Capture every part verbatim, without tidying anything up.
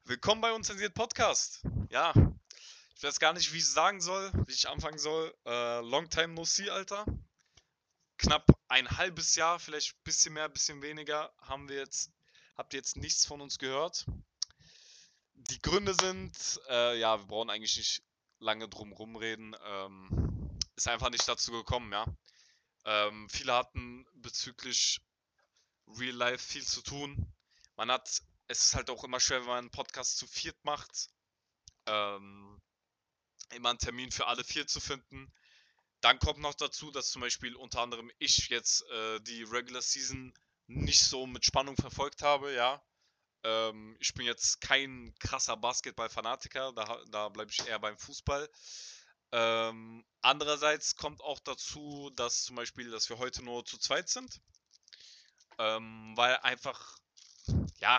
Willkommen bei Unzensiert Podcast. Ja, ich weiß gar nicht, wie ich sagen soll, wie ich anfangen soll. Äh, long time no see, Alter. Knapp ein halbes Jahr, vielleicht ein bisschen mehr, ein bisschen weniger, haben wir jetzt, habt ihr jetzt nichts von uns gehört. Die Gründe sind, äh, ja, wir brauchen eigentlich nicht lange drum rumreden. Ähm, ist einfach nicht dazu gekommen, ja. Ähm, viele hatten bezüglich Real Life viel zu tun. Man hat, es ist halt auch immer schwer, wenn man einen Podcast zu viert macht. Ähm, immer einen Termin für alle vier zu finden. Dann kommt noch dazu, dass zum Beispiel unter anderem ich jetzt äh, die Regular Season nicht so mit Spannung verfolgt habe, ja. Ähm, ich bin jetzt kein krasser Basketball-Fanatiker, da, da bleibe ich eher beim Fußball. Ähm, andererseits kommt auch dazu, dass zum Beispiel, dass wir heute nur zu zweit sind, ähm, weil einfach, ja,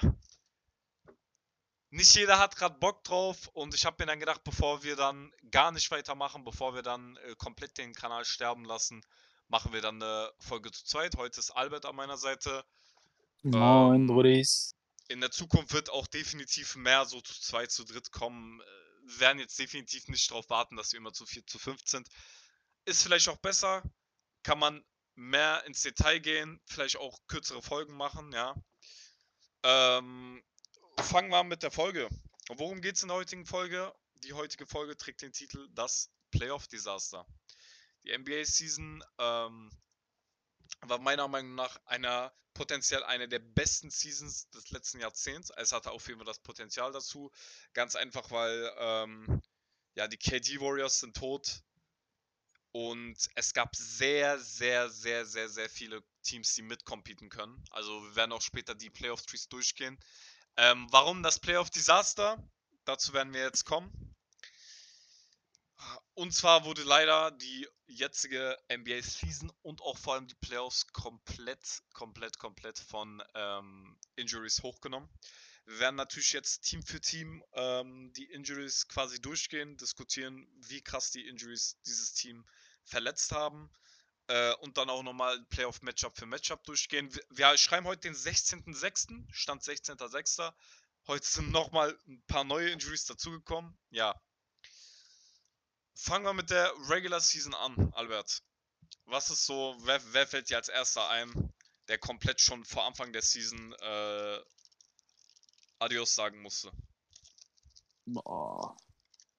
nicht jeder hat gerade Bock drauf und ich habe mir dann gedacht, bevor wir dann gar nicht weitermachen, bevor wir dann äh, komplett den Kanal sterben lassen, machen wir dann eine Folge zu zweit. Heute ist Albert an meiner Seite. Moin, Ähm, Brudis. in der Zukunft wird auch definitiv mehr so zu zweit, zu dritt kommen. Äh, Wir werden jetzt definitiv nicht darauf warten, dass wir immer zu vier, zu fünf sind. Ist vielleicht auch besser, kann man mehr ins Detail gehen, vielleicht auch kürzere Folgen machen, ja. Ähm, Fangen wir an mit der Folge. Und worum geht es in der heutigen Folge? Die heutige Folge trägt den Titel Das Playoff-Desaster. Die N B A-Season ähm, war meiner Meinung nach einer potenziell eine der besten Seasons des letzten Jahrzehnts. Es hatte auf jeden Fall das Potenzial dazu. Ganz einfach, weil ähm, ja, die K D Warriors sind tot und es gab sehr, sehr, sehr, sehr, sehr viele Teams, die mitcompeten können. Also wir werden auch später die Playoff-Trees durchgehen. Ähm, warum das Playoff-Desaster? Dazu werden wir jetzt kommen. Und zwar wurde leider die jetzige N B A-Season und auch vor allem die Playoffs komplett, komplett, komplett von ähm, Injuries hochgenommen. Wir werden natürlich jetzt Team für Team ähm, die Injuries quasi durchgehen, diskutieren, wie krass die Injuries dieses Team verletzt haben. Äh, und dann auch nochmal Playoff-Matchup für Matchup durchgehen. Wir, wir schreiben heute den sechzehnten sechsten Stand sechzehnten sechsten Heute sind nochmal ein paar neue Injuries dazugekommen. Ja. Fangen wir mit der Regular Season an, Albert. Was ist so, wer, wer fällt dir als erster ein, der komplett schon vor Anfang der Season äh, Adios sagen musste? Boah.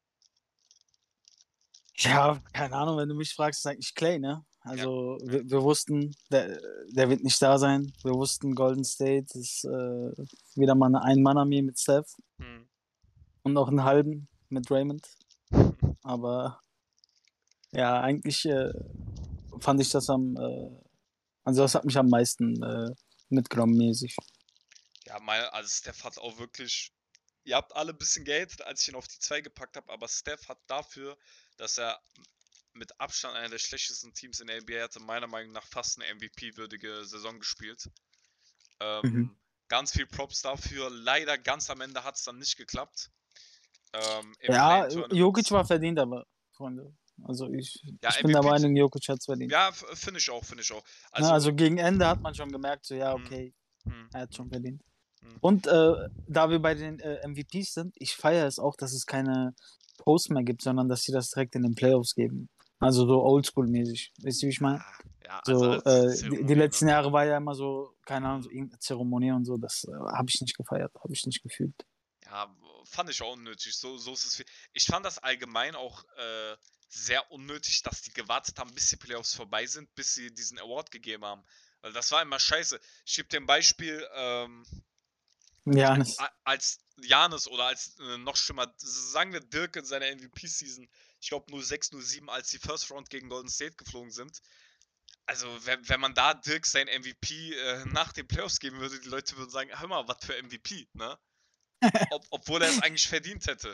Ja, keine Ahnung, wenn du mich fragst, ist eigentlich Clay, ne? Ja, Also, ja. wir, wir wussten, der, der wird nicht da sein. Wir wussten, Golden State ist äh, wieder mal eine Ein-Mann-Armee mit Steph Hm. und auch einen halben mit Raymond. Aber ja, eigentlich äh, fand ich das am, äh, also das hat mich am meisten äh, mitgenommen mäßig. Ja, mein, also Steph hat auch wirklich. Ihr habt alle ein bisschen gehatet, als ich ihn auf die zwei gepackt habe, aber Steph hat dafür, dass er mit Abstand einer der schlechtesten Teams in der N B A hatte, meiner Meinung nach fast eine M V P-würdige Saison gespielt. Mhm. Ähm, ganz viel Props dafür. Leider ganz am Ende hat es dann nicht geklappt. Ähm, Im Ja, Jokic Play-In-Tournament. war verdient, aber, Freunde. Also ich, Ja, ich bin der M V P. Meinung, Jokic hat es verdient. Ja, finde ich auch, finde ich auch. Ne, also Also, gegen Ende hat man schon gemerkt, so ja, hm, okay, hm, er hat hm, schon verdient. hm. Und äh, da wir bei den äh, M V Ps sind, ich feiere es auch, dass es keine Posts mehr gibt, sondern dass sie das direkt in den Playoffs geben. Also so oldschool-mäßig. Weißt du, wie ich meine? Ja, ja, also So, als äh, die, die Zeremonie, ne? letzten Jahre war ja immer so, keine Ahnung, so Hm. irgendeine Zeremonie und so, das äh, habe ich nicht gefeiert, habe ich nicht gefühlt. Ja, fand ich auch unnötig. So, so ist es. Ich fand das allgemein auch äh, sehr unnötig, dass die gewartet haben, bis die Playoffs vorbei sind, bis sie diesen Award gegeben haben. Weil das war immer scheiße. Ich gebe dir ein Beispiel, ähm, Janis. a- als Janis oder als äh, noch schlimmer, sagen wir Dirk in seiner M V P-Season, ich glaube null sechs, null sieben, als die First Round gegen Golden State geflogen sind. Also, wenn, wenn man da Dirk sein M V P äh, nach den Playoffs geben würde, die Leute würden sagen, hör mal, was für M V P, ne? Ob, obwohl er es eigentlich verdient hätte.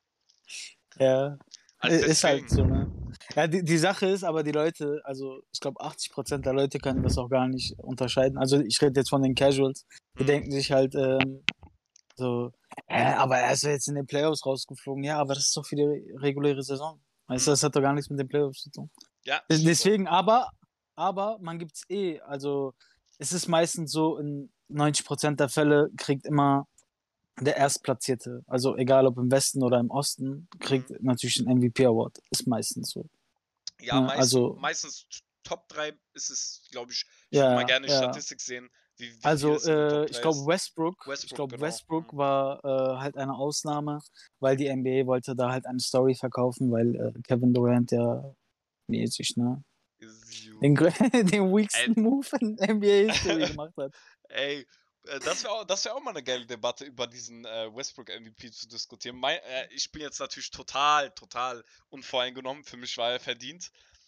Ja, Also i- ist halt so, ne? deswegen. Ja, die, die Sache ist aber, die Leute, also ich glaube, achtzig Prozent der Leute können das auch gar nicht unterscheiden. Also ich rede jetzt von den Casuals. Die Hm, denken sich halt, ähm, so, äh, aber er ist ja jetzt in den Playoffs rausgeflogen. Ja, aber das ist doch für die re- reguläre Saison. Weißt du, hm. das hat doch gar nichts mit den Playoffs zu tun. Ja, Des- stimmt auch. Deswegen, aber, aber man gibt's eh. Also es ist meistens so, in neunzig Prozent der Fälle kriegt immer der Erstplatzierte, also egal ob im Westen oder im Osten, kriegt Mhm. natürlich den M V P Award. Ist meistens so. Ja, Ne? meisten, Also, meistens T- Top drei ist es, glaube ich. Ich würde mal ja, gerne ja. Statistik sehen, wie, wie viele Also, es in den Top äh, ich drei glaube, ist. Westbrook, ich Westbrook, glaube, genau. Westbrook Mhm. war äh, halt eine Ausnahme, weil die N B A wollte da halt eine Story verkaufen, weil äh, Kevin Durant ja mäßig, ne? Is Den, you. grö- den Ey, weaksten Move in N B A-History gemacht hat. ey, äh, das wäre auch, das wär auch mal eine geile Debatte, über diesen äh, Westbrook M V P zu diskutieren. Mein, äh, ich bin jetzt natürlich total, total unvoreingenommen. Für mich war er verdient.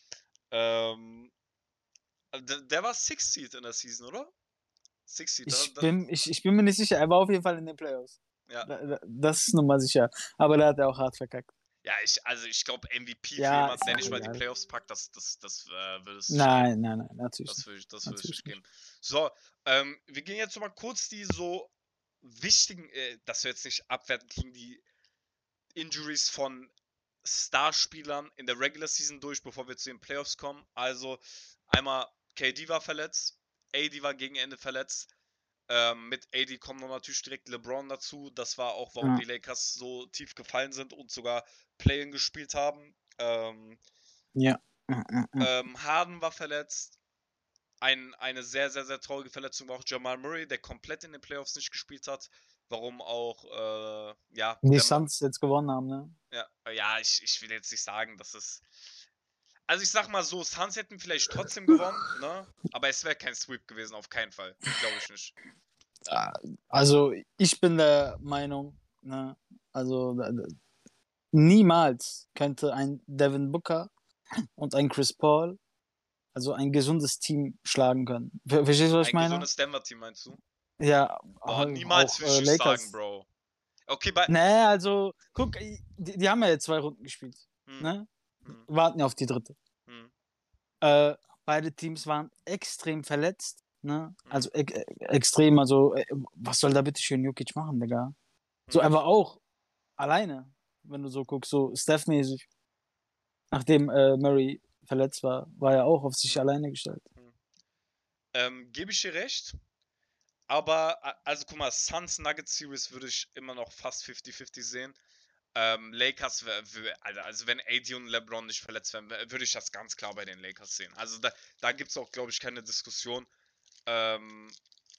Ähm, der, der war Six Seed in der Season, oder? Six Seed, da, Ich da, bin, ich, ich bin mir nicht sicher, er war auf jeden Fall in den Playoffs. ja. Da, da, das ist nun mal sicher. Aber da hat er auch hart verkackt. Ja, ich, also ich glaube, M V P für Ja, jemanden, ist der auch nicht mal die egal. Playoffs packt, das, das, das äh, würde es nicht geben. Nein, nein, nein, natürlich Das nicht. würde ich, das würde es Natürlich nicht nicht. geben. So, ähm, wir gehen jetzt nochmal kurz die so wichtigen, äh, dass wir jetzt nicht abwerten klingen, die Injuries von Starspielern in der Regular Season durch, bevor wir zu den Playoffs kommen. Also einmal K D war verletzt, A D war gegen Ende verletzt. Ähm, mit A D kommt noch natürlich direkt LeBron dazu. Das war auch, warum Ja, die Lakers so tief gefallen sind und sogar Play-in gespielt haben. Ähm, ja, ja, ja, ja. ähm, Harden war verletzt. Ein, eine sehr, sehr, sehr traurige Verletzung war auch Jamal Murray, der komplett in den Playoffs nicht gespielt hat. Warum auch, äh, ja, Die der, Suns jetzt gewonnen haben, ne? ja, ja ich, ich will jetzt nicht sagen, dass es. Also ich sag mal so, Suns hätten vielleicht trotzdem gewonnen, ne? Aber es wäre kein Sweep gewesen, auf keinen Fall. Glaube ich nicht. Ah, also, ich bin der Meinung, ne? Also, da- da- niemals könnte ein Devin Booker und ein Chris Paul, also ein gesundes Team, schlagen können. Ver- Verstehst du, was ich Ein meine? gesundes Denver-Team meinst du? Ja, Boah, auch, niemals auch will ich äh, nicht sagen, Lakers. Bro. Okay, bei. Nee, also, guck, die, die haben ja jetzt zwei Runden gespielt. Hm, Ne? hm, Warten ja auf die dritte. hm, Äh, beide Teams waren extrem verletzt. Ne? hm, Also e e- extrem, also äh, was soll da bitte schön Jokic machen, Digga? So, hm, er war auch alleine, wenn du so guckst, so Steph-mäßig. Nachdem äh, Murray verletzt war, war er auch auf sich hm, alleine gestellt. hm. Ähm, gebe ich dir recht. Aber, a- also guck mal, Suns Nuggets Series würde ich immer noch fast fünfzig fünfzig sehen. Ähm, Lakers, wär- wär- Alter, also wenn A D und LeBron nicht verletzt wären, wär- würde ich das ganz klar bei den Lakers sehen. Also da, da gibt es auch, glaube ich, keine Diskussion. Ähm,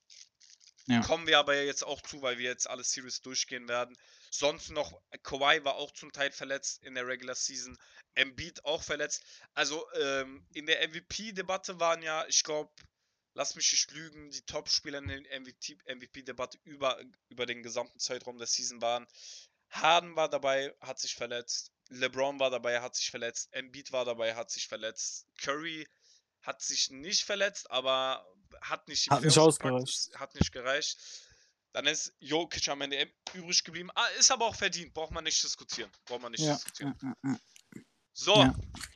Ja. kommen wir aber jetzt auch zu, weil wir jetzt alle Series durchgehen werden. Sonst noch, Kawhi war auch zum Teil verletzt in der Regular Season. Embiid auch verletzt. Also ähm, in der M V P-Debatte waren ja, ich glaube, lass mich nicht lügen, die Top-Spieler in der M V P-Debatte über, über den gesamten Zeitraum der Season waren. Harden war dabei, hat sich verletzt. LeBron war dabei, hat sich verletzt. Embiid war dabei, hat sich verletzt. Curry hat sich nicht verletzt, aber hat nicht die Hat nicht Playoffs gepackt, ausgereicht. es hat nicht gereicht. Dann ist Jokic am Ende übrig geblieben. Ah, ist aber auch verdient, braucht man nicht diskutieren. Braucht man nicht Ja, diskutieren. ja, ja, ja. So, Ja.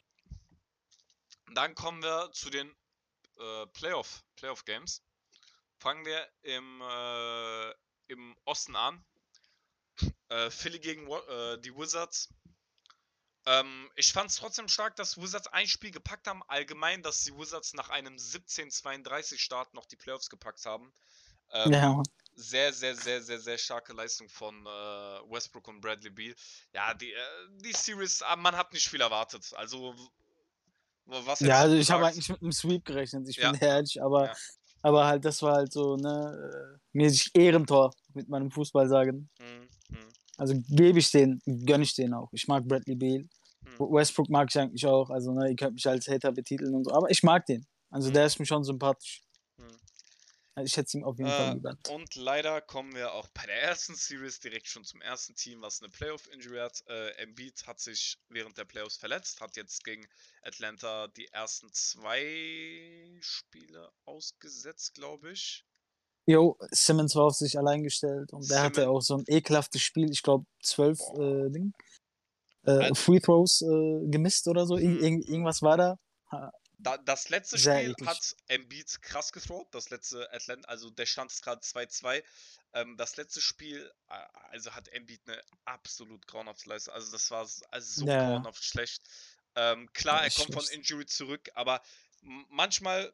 dann kommen wir zu den äh, Playoff, Playoff Games. Fangen wir im, äh, im Osten an. Äh, Philly gegen äh, die Wizards. Ähm, ich fand es trotzdem stark, dass Wizards ein Spiel gepackt haben. Allgemein, dass die Wizards nach einem siebzehn zweiunddreißig Start noch die Playoffs gepackt haben. Ähm, Ja, sehr, sehr, sehr, sehr, sehr starke Leistung von äh, Westbrook und Bradley Beal. Ja, die, äh, die Series, ah, man hat nicht viel erwartet. Also, was ja, hättest du also ich habe gesagt? eigentlich mit einem Sweep gerechnet, ich bin Ja, ehrlich, aber, ja. aber halt, das war halt so, ne, äh, mäßig Ehrentor mit meinem Fußball sagen. Hm, hm, Also gebe ich den, gönne ich den auch. Ich mag Bradley Beal. hm, Westbrook mag ich eigentlich auch. Also, ne, ihr könnt mich als Hater betiteln und so. Aber ich mag den. Also, hm, der ist mir schon sympathisch. hm. Also, ich hätte es ihm auf jeden Fall Äh, gegönnt. und leider kommen wir auch bei der ersten Series direkt schon zum ersten Team, was eine Playoff-Injury hat. Äh, Embiid hat sich während der Playoffs verletzt, hat jetzt gegen Atlanta die ersten zwei Spiele ausgesetzt, glaube ich. Jo, Simmons war auf sich allein gestellt und der hatte Simmons, auch so ein ekelhaftes Spiel. Ich glaube, zwölf boah. äh, Ding, äh, Al- Free Throws äh, gemisst oder so. Ir hm, ir hm. irgendwas war da. Ha, Da, das letzte sehr Spiel eklig. hat Embiid krass gethrowt. Das letzte Atlanta, also der Stand ist gerade zwei zwei. Ähm, das letzte Spiel, äh, also hat Embiid eine absolut grauenhafte Leistung. Also das war s- also so Ja, grauenhaft schlecht. Ähm, ja, klar, er echt kommt von schlecht. Injury zurück, aber m- manchmal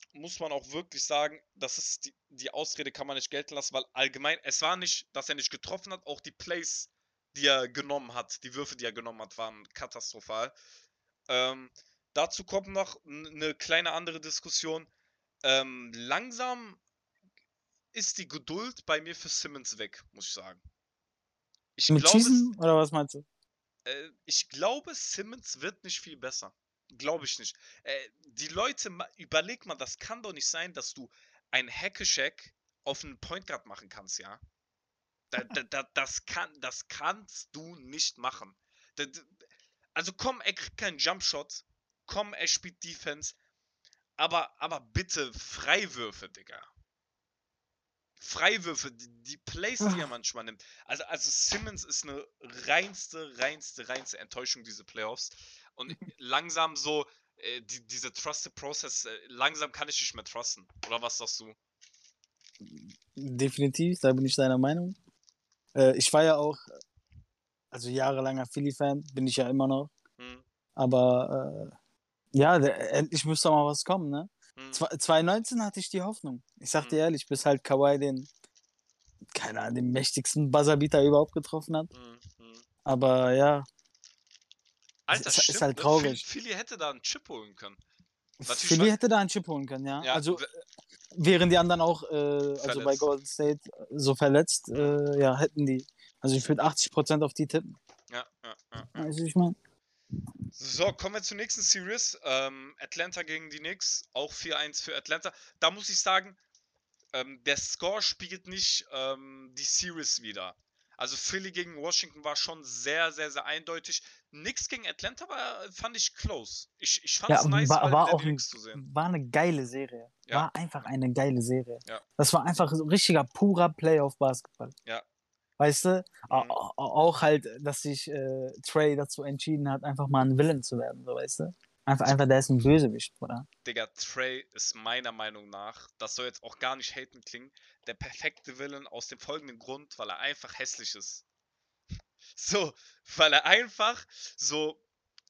muss man auch wirklich sagen, das ist die, die Ausrede kann man nicht gelten lassen, weil allgemein, es war nicht, dass er nicht getroffen hat, auch die Plays, die er genommen hat, die Würfe, die er genommen hat, waren katastrophal. Ähm, dazu kommt noch eine kleine andere Diskussion. Ähm, langsam ist die Geduld bei mir für Simmons weg, muss ich sagen. Ich Mit glaube, Schießen oder was meinst du? äh, ich glaube, Simmons wird nicht viel besser. Glaube ich nicht. Äh, die Leute, ma- überleg mal, das kann doch nicht sein, dass du ein Hackeshack auf einen Point Guard machen kannst, ja? Da, da, da, das, kann, das kannst du nicht machen. Da, da, also komm, er kriegt keinen Jumpshot. Komm, er spielt Defense. Aber, aber bitte Freiwürfe, Digga. Freiwürfe, die, die Plays, die er manchmal nimmt. Also, also Simmons ist eine reinste, reinste, reinste Enttäuschung, diese Playoffs. Und langsam so, äh, die, diese Trusted Process, äh, langsam kann ich nicht mehr trusten. Oder was sagst du? Definitiv, da bin ich deiner Meinung. Äh, ich war ja auch, also jahrelanger Philly-Fan, bin ich ja immer noch. Hm, Aber äh, ja, der, endlich müsste mal was kommen, ne? hm, Zwe- zwanzig neunzehn hatte ich die Hoffnung. Ich sag hm, dir ehrlich, bis halt Kawhi den, keine Ahnung, den mächtigsten Buzzerbeater überhaupt getroffen hat. hm, hm. Aber ja, es Alter, ist, ist stimmt, halt ne? Philly, traurig. Philly hätte da einen Chip holen können. Natürlich, Philly weil, hätte da einen Chip holen können, ja. ja, Also w- wären die anderen auch, äh, also bei verletzt. Golden State äh, so verletzt, Hm, äh, ja, hätten die. Also ich würde achtzig Prozent auf die tippen. ja, ja, ja, ja. Also ich meine, So, kommen wir zur nächsten Series. Ähm, Atlanta gegen die Knicks. Auch vier eins für Atlanta. Da muss ich sagen, ähm, der Score spiegelt nicht ähm, die Series wieder. Also Philly gegen Washington war schon sehr, sehr, sehr eindeutig. Knicks gegen Atlanta war, fand ich close. Ich, ich fand ja, es nice, war, mal war wieder auch die ein, Knicks zu sehen. war eine geile Serie. Ja, War einfach eine geile Serie. ja, Das war einfach so richtiger, purer Playoff-Basketball. ja. Weißt du? Au- Mhm. au- Auch halt, dass sich äh, Trey dazu entschieden hat, einfach mal ein Villain zu werden, so weißt du? Einfach, einfach, der ist ein Bösewicht, oder? Digga, Trey ist meiner Meinung nach, das soll jetzt auch gar nicht haten klingen, der perfekte Villain aus dem folgenden Grund, weil er einfach hässlich ist. So, weil er einfach so,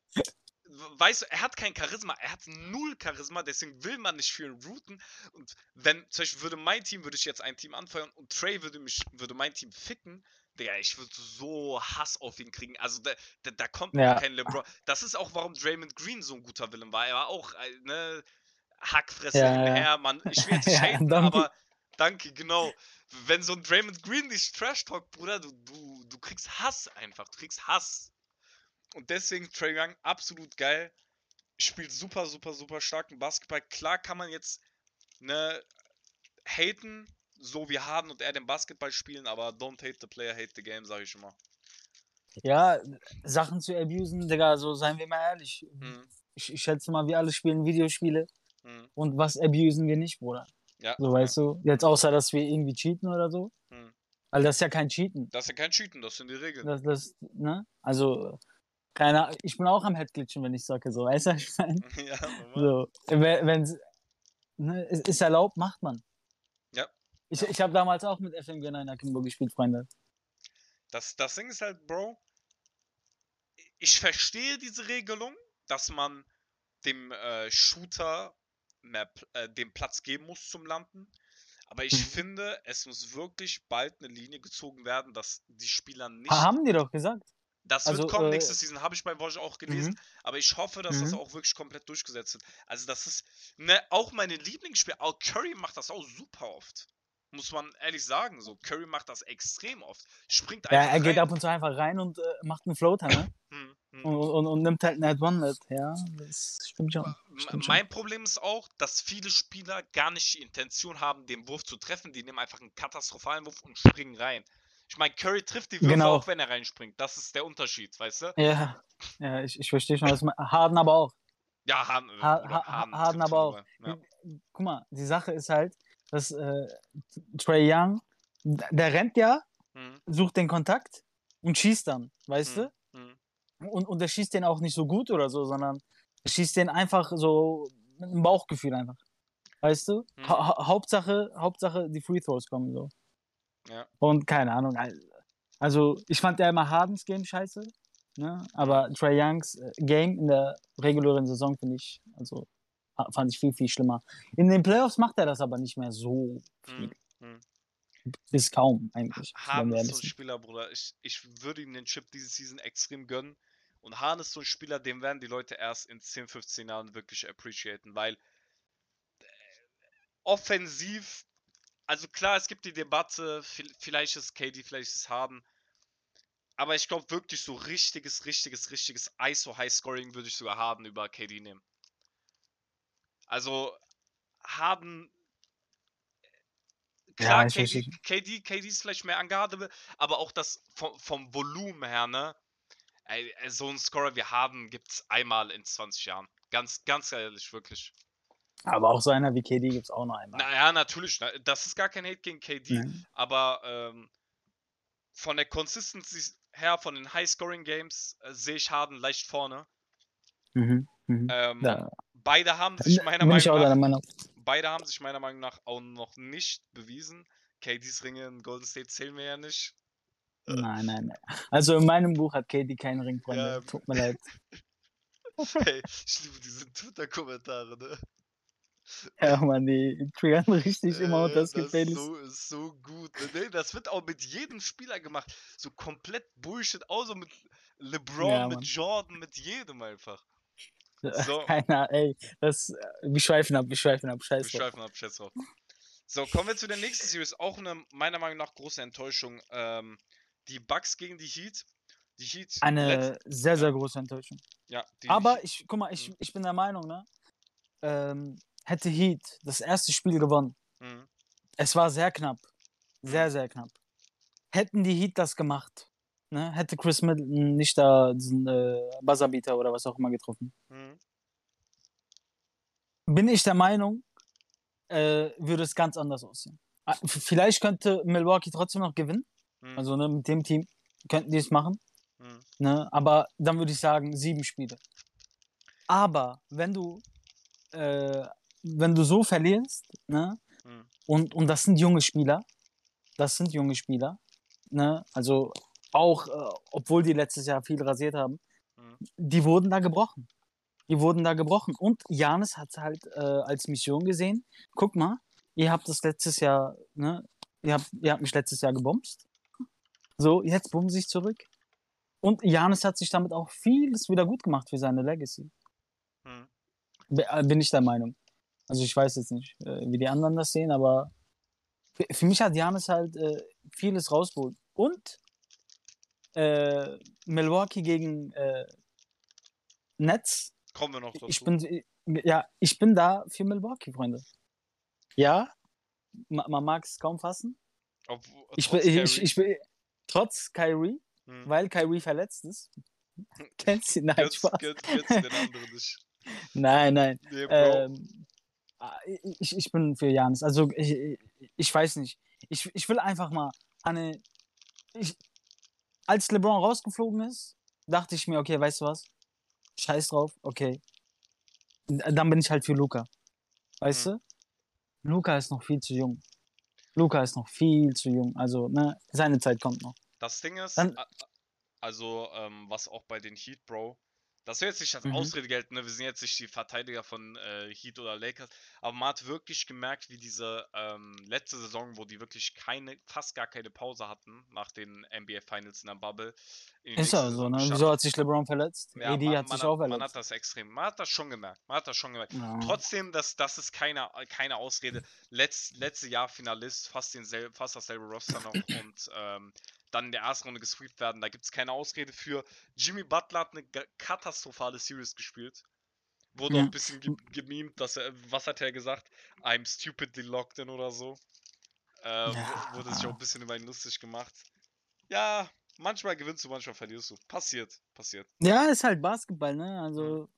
weißt du, er hat kein Charisma, er hat null Charisma, deswegen will man nicht für ihn routen. Und wenn, zum Beispiel würde mein Team, würde ich jetzt ein Team anfeuern und Trey würde mich, würde mein Team ficken, Digga, ich würde so Hass auf ihn kriegen. Also da, da, da kommt auch Ja, kein LeBron. Das ist auch, warum Draymond Green so ein guter Villain war. Er war auch, äh, ne, Hackfresse ja, hin ja. her, man. Ich will jetzt nicht Ja, haten, Donkey. aber danke, genau. Wenn so ein Draymond Green dich trash talkt, Bruder, du, du, du kriegst Hass einfach. Du kriegst Hass. Und deswegen Trae Young absolut geil. Spielt super, super, super starken Basketball. Klar kann man jetzt ne haten, so wie Harden und er den Basketball spielen, aber don't hate the player, hate the game, sag ich immer. Ja, Sachen zu abusen, Digga, so seien wir mal ehrlich. Hm, Ich, ich schätze mal, wir alle spielen Videospiele hm, und was abusen wir nicht, Bruder? ja, So, ja. weißt du? Jetzt außer, dass wir irgendwie cheaten oder so. Hm. Weil das ist ja kein Cheaten. Das ist ja kein Cheaten, das sind die Regeln. Das, das, ne? Also, keine Ahnung, ich bin auch am Headglitchen, wenn ich socke, so, weißt du, was ich meine? Ja, normal. So, wenn, wenn's, ne, ist, ist erlaubt, macht man. Ja, Ich, ja. ich habe damals auch mit F M G neun Akimbo gespielt, Freunde. Das, das Ding ist halt, Bro, ich verstehe diese Regelung, dass man dem äh, Shooter mehr, Pl- äh, den Platz geben muss zum Landen. Aber ich Mhm. finde, es muss wirklich bald eine Linie gezogen werden, dass die Spieler Ha- nicht. Haben die doch gesagt. Das wird Also, kommen äh, nächste Season, habe ich bei Vogue auch gelesen. mhm, Aber ich hoffe, dass das mhm. auch wirklich komplett durchgesetzt wird. Also, das ist. Ne, auch meine Lieblingsspieler. Auch Curry macht das auch super oft. Muss man ehrlich sagen. So, Curry macht das extrem oft. Springt Ja, er einfach geht rein. ab und zu einfach rein und äh, macht einen Floater, ne? Hm, hm. Und, und, und nimmt halt Net One mit. Ja, das stimmt schon. Stimmt schon. Mein Problem ist auch, dass viele Spieler gar nicht die Intention haben, den Wurf zu treffen. Die nehmen einfach einen katastrophalen Wurf und springen rein. Ich meine, Curry trifft die Würfe Genau. auch, wenn er reinspringt. Das ist der Unterschied, weißt du? Ja, ja ich, ich verstehe schon, was man. Harden aber auch. Ja, Harden, äh, Ha, Bruder, ha, Ha- Harden Harden trifft aber schon auch. überall. Ja. Guck mal, die Sache ist halt, dass äh, Trae Young, der rennt ja, Hm, sucht den Kontakt und schießt dann, weißt hm, du? hm, Und, und der schießt den auch nicht so gut oder so, sondern er schießt den einfach so mit einem Bauchgefühl einfach. Weißt du? hm, Ha Ha- Hauptsache, Hauptsache die Free Throws kommen so. ja. Und keine Ahnung. Also ich fand ja immer Hardens Game scheiße, ne? Hm. Aber Trae Youngs äh, Game in der regulären Saison finde ich also ha- fand ich viel, viel schlimmer. In den Playoffs macht er das aber nicht mehr so viel. Mhm. Mhm. Bis kaum, Ha- eigentlich, wenn Harden wir ist ehrlich so ein sind. Spieler, Bruder. Ich, ich würde ihm den Chip diese Season extrem gönnen. Und Harden ist so ein Spieler, den werden die Leute erst in zehn, fünfzehn Jahren wirklich appreciaten, weil offensiv, also klar, es gibt die Debatte, vi- vielleicht ist K D, vielleicht ist Harden, aber ich glaube wirklich so richtiges, richtiges, richtiges I S O High Scoring würde ich sogar Harden über K D nehmen. Also Harden, klar, Ja, ich KD, verstehe. KD, KD ist vielleicht mehr unguardable, aber auch das vom, vom Volumen her, ne? Ey, ey, so einen Scorer wie Harden gibt's einmal in zwanzig Jahren. Ganz, ganz ehrlich, wirklich. Aber auch so einer wie K D gibt es auch noch einmal. Naja, natürlich, ne? Das ist gar kein Hate gegen K D, Ne? aber ähm, von der Consistency her, von den High-Scoring-Games, äh, sehe ich Harden leicht vorne. Mhm. Mhm. Ähm, Da, beide haben da sich meiner bin ich Meinung auch deiner nach, Meinung. beide haben sich meiner Meinung nach auch noch nicht bewiesen. K Ds Ringe in Golden State zählen wir ja nicht. Nein, nein, nein. Also in meinem Buch hat K D keinen Ring, Ja, Freunde. Tut mir leid. hey, ich liebe diese Twitter-Kommentare, ne? Ja, Mann, die triggern richtig immer und Äh, das gibt das ist Baileys. so, ist so gut. Ne? Nee, das wird auch mit jedem Spieler gemacht. So komplett Bullshit, außer mit LeBron, Ja, mit Mann. Jordan, mit jedem einfach. So, Keiner, ey, das, wir schweifen ab, wir schweifen ab, wir scheiß drauf. schweifen ab, schätz drauf. So, kommen wir zu der nächsten Series. Auch eine meiner Meinung nach große Enttäuschung. Ähm, die Bucks gegen die Heat. Die Heat, letzt. Eine sehr, Ja, sehr große Enttäuschung. ja, die Aber Heat. ich, guck mal, ich, Hm, ich bin der Meinung, ne, ähm, hätte Heat das erste Spiel gewonnen, hm, es war sehr knapp, hm, sehr, sehr knapp. Hätten die Heat das gemacht, ne, hätte Chris Middleton nicht da diesen äh, Buzzerbeater oder was auch immer getroffen, hm, bin ich der Meinung, äh, würde es ganz anders aussehen. Ah, v- Vielleicht könnte Milwaukee trotzdem noch gewinnen. hm, Also ne, mit dem Team könnten die es machen. hm, Ne? Aber dann würde ich sagen, sieben Spiele. Aber wenn du, äh, wenn du so verlierst, ne, hm, und, und das sind junge Spieler, das sind junge Spieler, ne, also auch, äh, obwohl die letztes Jahr viel rasiert haben, hm, die wurden da gebrochen. Die wurden da gebrochen. Und Janis hat es halt äh, als Mission gesehen. Guck mal, ihr habt das letztes Jahr, ne, ihr habt, ihr habt mich letztes Jahr gebomst. So, jetzt bumsen ich zurück. Und Janis hat sich damit auch vieles wieder gut gemacht für seine Legacy. hm. Be- äh, Bin ich der Meinung. Also ich weiß jetzt nicht, äh, wie die anderen das sehen, aber für, für mich hat Janis halt äh, vieles rausgeholt. Und äh, Milwaukee gegen äh, Nets, Kommen wir noch ich dazu. bin, äh, ja, ich bin da für Milwaukee, Freunde. Ja, ma, man mag es kaum fassen. Ob, Ich bin, trotz ich, Carry. ich bin, trotz Kyrie, Hm. weil Kyrie verletzt ist. Kennst du? Nein, Götz, Spaß. Götz, Götz den anderen nicht. Nein, nein. Nee, Bro. Ähm, ah, ich, ich bin für Janis. Also ich, ich, ich weiß nicht. Ich, ich will einfach mal eine. Ich, als LeBron rausgeflogen ist, dachte ich mir, okay, weißt du was? Scheiß drauf, okay. Dann bin ich halt für Luca. Weißt Hm. du? Luca ist noch viel zu jung. Luca ist noch viel zu jung. Also, ne, seine Zeit kommt noch. Das Ding ist, Dann, a- also, ähm, was auch bei den Heat, Bro, das soll jetzt nicht als mhm. Ausrede gelten, ne? Wir sind jetzt nicht die Verteidiger von äh, Heat oder Lakers, aber man hat wirklich gemerkt, wie diese ähm, letzte Saison, wo die wirklich keine, fast gar keine Pause hatten nach den N B A Finals in der Bubble, in die Ist nächste ja so, Saison ne? Wieso gestartet. hat sich LeBron verletzt? Ja, A D man, hat man sich hat, auch man hat verletzt. das extrem, man hat das schon gemerkt, man hat das schon gemerkt. Ja. Trotzdem, das, das ist keine, keine Ausrede. Letz, letzte Jahr Finalist, fast, denselb, fast dasselbe Roster noch und ähm, dann in der ersten Runde gesweept werden, da gibt es keine Ausrede für. Jimmy Butler hat eine ga- katastrophale Series gespielt. Wurde auch ein Ja. bisschen ge gemimt, dass er, was hat er gesagt? I'm stupidly locked in oder so. Äh, wu- wurde sich auch ein Ja. bisschen über ihn lustig gemacht. Ja, manchmal gewinnst du, manchmal verlierst du. Passiert, passiert. Ja, ist halt Basketball, ne? Hm. Also,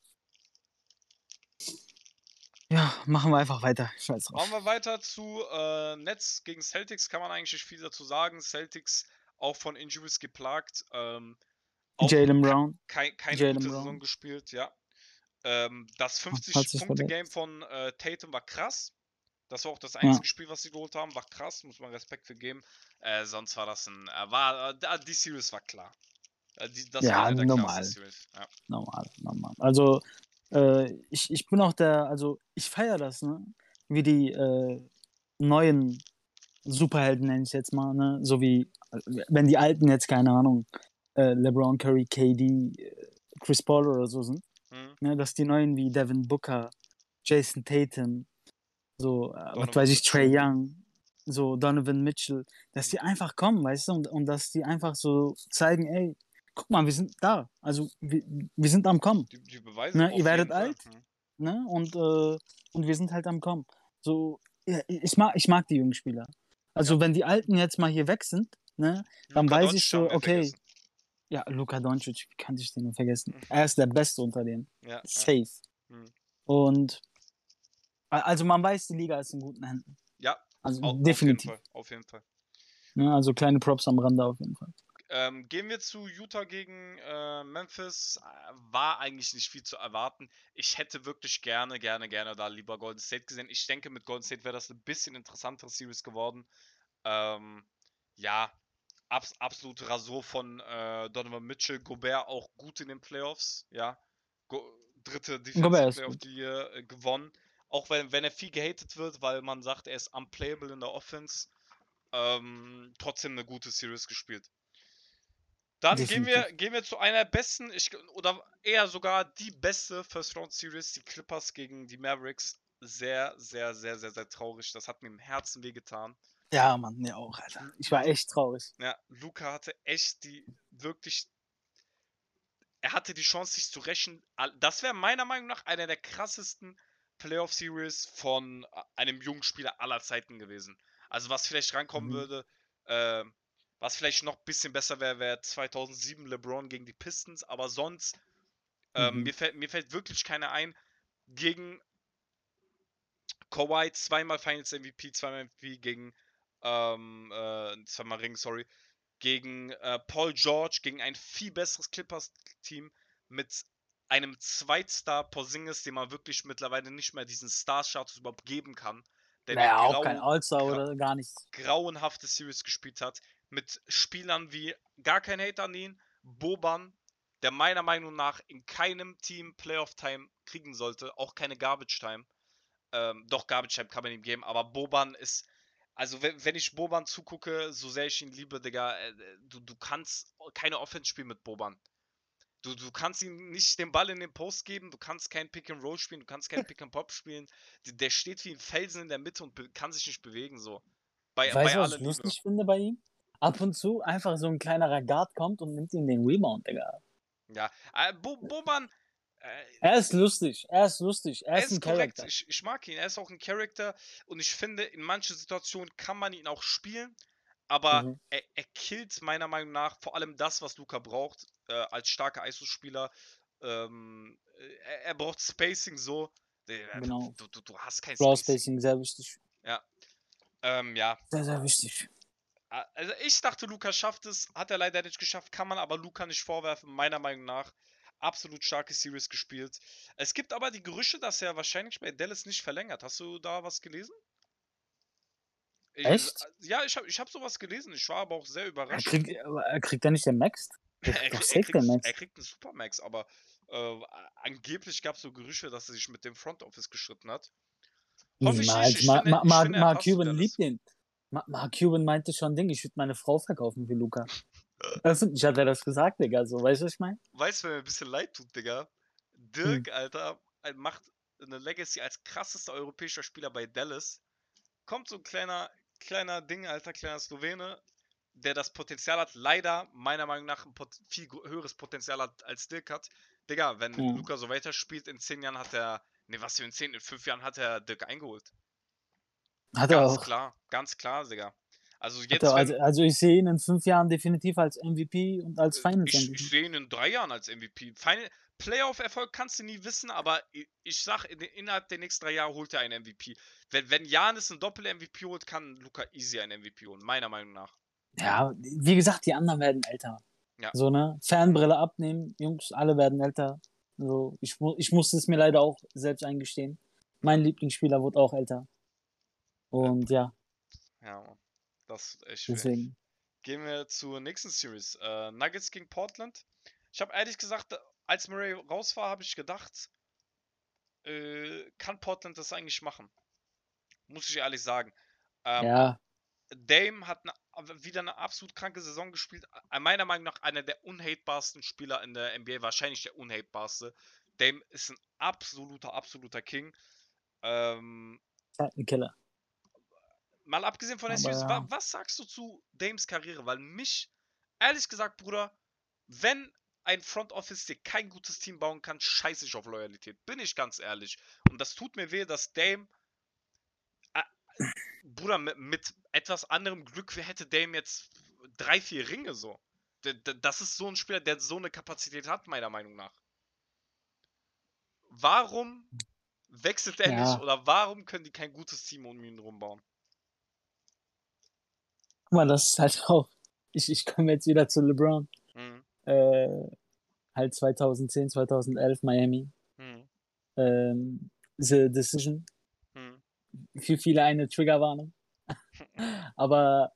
ja, machen wir einfach weiter. Scheiß Machen drauf. wir weiter zu äh, Nets gegen Celtics. Kann man eigentlich nicht viel dazu sagen. Celtics auch von Injuries geplagt. Ähm, auch Jalen ke Brown. kei keine Jalen gute Saison Brown gespielt, ja. Ähm, das hat sich fünfzig-Punkte-Game verletzt. von äh, Tatum war krass. Das war auch das Ja. einzige Spiel, was sie geholt haben. War krass, muss man Respekt für geben. Äh, sonst war das ein. Äh, war, äh, die Series war klar. Äh, die, das war Ja, eine der klarsten normal. Series. Ja. Normal, normal. Also, Äh, ich, ich bin auch der, also ich feiere das, ne? Wie die äh, neuen Superhelden, nenne ich jetzt mal, ne? So wie, äh, wenn die alten jetzt, keine Ahnung, äh, LeBron, Curry, K D, äh, Chris Paul oder so sind, Hm? ne? Dass die neuen wie Devin Booker, Jason Tatum, so, äh, was weiß Donovan ich, Trey Mitchell. Young, so Donovan Mitchell, dass die einfach kommen, weißt du, und, und dass die einfach so zeigen, ey, guck mal, wir sind da, also wir, wir sind am Kommen, Die, die beweisen ne? Ihr auf werdet jeden Fall. alt, Hm? ne? Und, äh, und wir sind halt am Kommen. So, ja, ich mag, ich mag die jungen Spieler. Ja. Also wenn die Alten jetzt mal hier weg sind, ne, dann Luka weiß ich Doncic haben so, wir okay, vergessen. ja, Luka Doncic, wie kann ich den nur vergessen? Er ist der Beste unter denen. Ja, ja. Safe. Hm. Und a- also man weiß, die Liga ist in guten Händen. Ja, Also au auf jeden definitiv. Fall. Auf jeden Fall. Ne, also kleine Props am Rande auf jeden Fall. Ähm, gehen wir zu Utah gegen äh, Memphis. Äh, War eigentlich nicht viel zu erwarten. Ich hätte wirklich gerne, gerne, gerne da lieber Golden State gesehen. Ich denke, mit Golden State wäre das eine bisschen interessantere Series geworden. Ähm, ja, abs absolut Rasur von äh, Donovan Mitchell. Gobert auch gut in den Playoffs. Ja, Go dritte Defensive Gobert ist Player of gut. the Year äh, gewonnen. Auch wenn, wenn er viel gehatet wird, weil man sagt, er ist unplayable in der Offense. Ähm, trotzdem eine gute Series gespielt. Dann gehen Definitiv. wir, gehen wir zu einer der besten, ich, oder eher sogar die beste First Round Series, die Clippers gegen die Mavericks. Sehr, sehr, sehr, sehr, sehr traurig. Das hat mir im Herzen wehgetan. Ja, Mann, mir auch, Alter. Lu Ich war Lu echt traurig. ja, Luca hatte echt die, wirklich, er hatte die Chance, sich zu rächen. Al- Das wäre meiner Meinung nach einer der krassesten Playoff-Series von äh, einem jungen Spieler aller Zeiten gewesen. Also was vielleicht rankommen Mhm. würde, äh, was vielleicht noch ein bisschen besser wäre, wäre zweitausendsieben LeBron gegen die Pistons, aber sonst Ähm, Mhm. mir, fällt, mir fällt wirklich keiner ein. Gegen Kawhi zweimal Finals M V P, zweimal M V P gegen ähm, äh, zweimal Ring, sorry. Gegen äh, Paul George, gegen ein viel besseres Clippers-Team mit einem Zweitstar Porzingis, dem man wirklich mittlerweile nicht mehr diesen Star-Status überhaupt geben kann, der eine Naja, auch kein grau, All-Star gra oder gar nichts. grauenhafte Series gespielt hat, mit Spielern wie gar kein Hater an ihn, Boban, der meiner Meinung nach in keinem Team Playoff Time kriegen sollte, auch keine Garbage Time. Ähm, doch Garbage Time kann man ihm geben, aber Boban ist, also wenn, wenn ich Boban zugucke, so sehr ich ihn liebe, Digga, äh, du, du kannst keine Offense spielen mit Boban. Du, du kannst ihm nicht den Ball in den Post geben, du kannst kein Pick and Roll spielen, du kannst kein Pick and Pop spielen. Der, der steht wie ein Felsen in der Mitte und be- kann sich nicht bewegen, so. Bei, Weißt bei du, was aller ich Liebe. lustig finde bei ihm? Ab und zu einfach so ein kleiner Guard kommt und nimmt ihm den Rebound, Digga. Ja. Äh, Bo Boban, äh, Er ist lustig, er ist lustig, er er ist ein ist korrekt. Charakter. Ich, ich mag ihn. Er ist auch ein Charakter und ich finde, in manchen Situationen kann man ihn auch spielen, aber Mhm. er, er killt meiner Meinung nach vor allem das, was Luca braucht, äh, als starker I S O-Spieler. Ähm, äh, er, er braucht Spacing so. Äh, Genau. Du, du, du hast kein Floor Spacing. Spacing, sehr wichtig. Ja. Ähm, ja. Sehr, sehr wichtig. A- Also ich dachte, Luca schafft es, hat er leider nicht geschafft, kann man aber Luca nicht vorwerfen, meiner Meinung nach. Absolut starke Series gespielt. Es gibt aber die Gerüchte, dass er wahrscheinlich bei Dallas nicht verlängert. Hast du da was gelesen? Ich, Echt? ja, ich habe ich hab sowas gelesen. Ich war aber auch sehr Er überrascht. kriegt, aber er kriegt er nicht den Max? Der Er, kriegt doch krieg, er, safe kriegt, den er Max. kriegt einen Supermax, aber äh, angeblich gab es so Gerüchte, dass er sich mit dem Front Office gestritten hat. Hoffe ich nicht. Niemals. Ich Mark, finde, Mark, ich Mark, finde er Mark passt zu Cuban liebt Dallas. den. Mark, Mark Cuban meinte schon, Ding, ich würde meine Frau verkaufen für Luca. Also, ich hatte das gesagt, Digga, so, weißt du, was ich meine? Weißt du, wer mir ein bisschen leid tut, Digga? Hm. Dirk, Alter, ein- macht eine Legacy als krassester europäischer Spieler bei Dallas. Kommt so ein kleiner, kleiner Ding, Alter, kleiner Slowene, der das Potenzial hat, leider, meiner Meinung nach, ein pot viel höheres Potenzial hat, als Dirk hat. Digga, wenn Ja. Luca so weiterspielt, in zehn Jahren hat er, ne, was für in zehn, in fünf Jahren hat er Dirk eingeholt. Hat er Ganz auch. klar, ganz klar, Digga. Also Hat er, jetzt, also, wenn, also ich sehe ihn in fünf Jahren definitiv als M V P und als Äh, Finals Ich, ich M V P. sehe ihn in drei Jahren als M V P. Final Playoff-Erfolg kannst du nie wissen, aber i- ich sag, in, innerhalb der nächsten drei Jahre holt er einen M V P. Wenn, wenn Giannis ein Doppel-M V P holt, kann Luca easy einen M V P holen, meiner Meinung nach. Ja, wie gesagt, die anderen werden älter. Ja. So, ne? Fernbrille abnehmen, Jungs, alle werden älter. So, ich, mu ich musste es mir leider auch selbst eingestehen. Ja, Mein Lieblingsspieler wurde auch älter. ja, Und ja, ja, Mann. Das ist echt schwer. deswegen. Gehen wir zur nächsten Series. Äh, Nuggets gegen Portland. Ich habe ehrlich gesagt, als Murray raus war, habe ich gedacht, äh, kann Portland das eigentlich machen? Muss ich ehrlich sagen. Ähm, Ja, Dame hat ne, wieder eine absolut kranke Saison gespielt. Äh, Meiner Meinung nach einer der unhatebarsten Spieler in der N B A, wahrscheinlich der unhatebarste. Dame ist ein absoluter, absoluter King. Ähm, ist halt ein Killer. mal abgesehen von der Aber Series, wa ja. was sagst du zu Dames Karriere? Weil mich, ehrlich gesagt, Bruder, wenn ein Front Office dir kein gutes Team bauen kann, scheiße ich auf Loyalität. Bin ich ganz ehrlich. Und das tut mir weh, dass Dame, äh, Bruder, mit, mit etwas anderem Glück hätte Dame jetzt drei, vier Ringe so. D d das ist so ein Spieler, der so eine Kapazität hat, meiner Meinung nach. Warum wechselt er nicht Ja, oder warum können die kein gutes Team um ihn rumbauen? guck mal, das ist halt auch. Ich, ich komme jetzt wieder zu LeBron. Hm, Äh, halt zwanzig zehn, zwanzig elf Miami. hm, Ähm, The Decision. hm. Für viele eine Triggerwarnung. Aber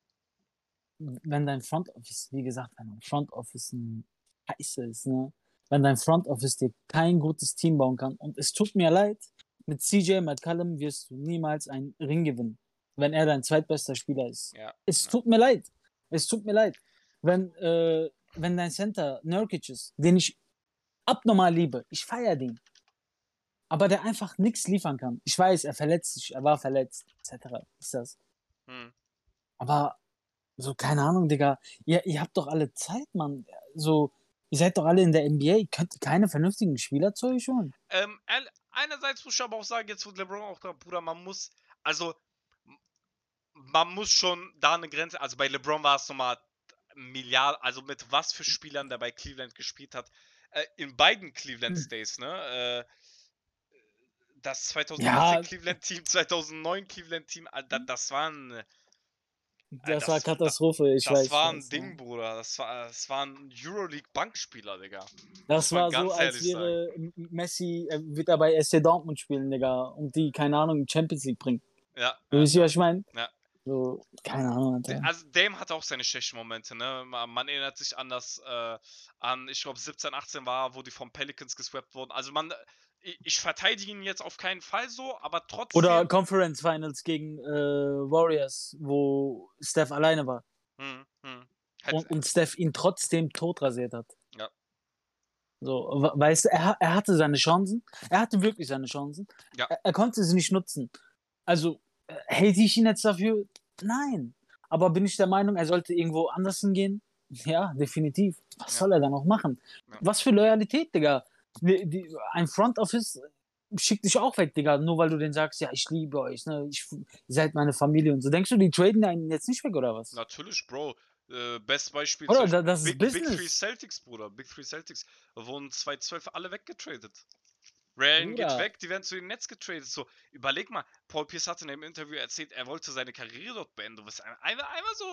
wenn dein Front Office, wie gesagt, wenn dein Front Office ein Scheiße ist, ne? Wenn dein Front Office dir kein gutes Team bauen kann, und es tut mir leid, mit C J McCollum wirst du niemals einen Ring gewinnen, wenn er dein zweitbester Spieler ist. Ja, Es ja. tut mir leid. Es tut mir leid. Wenn, äh, wenn dein Center Nurkic ist, den ich abnormal liebe, ich feiere den, aber der einfach nichts liefern kann. Ich weiß, er verletzt sich, er war verletzt, et cetera. Ist das. Hm. Aber so, keine Ahnung, Digga. Ihr, ihr habt doch alle Zeit, Mann. So, ihr seid doch alle in der N B A. Könnt ihr keine vernünftigen Spieler zu euch holen? Ähm, ehrl- einerseits muss ich aber auch sagen, jetzt wird LeBron auch da, Bruder, man muss, also, m- man muss schon da eine Grenze, also bei LeBron war es nochmal Milliard, also mit was für Spielern der bei Cleveland gespielt hat, äh, in beiden Cleveland Hm. Stays, ne, äh, das zweitausendachtzehn Ja, Cleveland-Team, zweitausendneun Cleveland-Team, äh, da, das waren, äh, das war das, da, Katastrophe. Ich das weiß, ich war ein weiß. Ja. Ding, Bruder, das war, das waren Euroleague-Bankspieler, Digga, muss Das man war so, ganz als ehrlich sagen. wäre Messi, äh, wird er bei S C Dortmund spielen, Digga. Und die, keine Ahnung, Champions League bringen. Ja, So, ja, wisst ihr, ja, was ich meine? ja. So, keine Ahnung, D- Alter. Also Dame hat auch seine schlechten Momente, ne? Ma- Man erinnert sich an das, äh, an, ich glaube siebzehn, achtzehn war, wo die vom Pelicans geswappt wurden. Also man, ich, ich verteidige ihn jetzt auf keinen Fall so, aber Oder trotzdem. Conference Finals gegen äh, Warriors, wo Steph alleine war. Hm, hm, Und, hätte, und Steph ihn trotzdem tot rasiert hat. ja, So, we- weißt du, er, er hatte seine Chancen. Er hatte wirklich seine Chancen. ja, Er, er konnte sie nicht nutzen. Also, äh, hate ich ihn jetzt dafür? Nein. Aber bin ich der Meinung, er sollte irgendwo anders hingehen? Ja, definitiv. Was ja, soll er da noch machen? ja. Was für Loyalität, Digga. Die, die, ein Front Office schickt dich auch weg, Digga, nur weil du denen sagst, ja, ich liebe euch, ne? Ich, ihr seid meine Familie und so. Denkst du, die traden einen jetzt nicht weg, oder was? Natürlich, Bro. Äh, bestes Beispiel zum Oder Beispiel da, das ist Big, Big Three Business. Celtics, Bruder. Big Three Celtics wurden zwanzig zwölf alle weggetradet. Ray Allen geht Bruder, weg, die werden zu den Nets getradet. So, überleg mal, Paul Pierce hat in dem Interview erzählt, er wollte seine Karriere dort beenden. Du bist ein- einmal, einmal so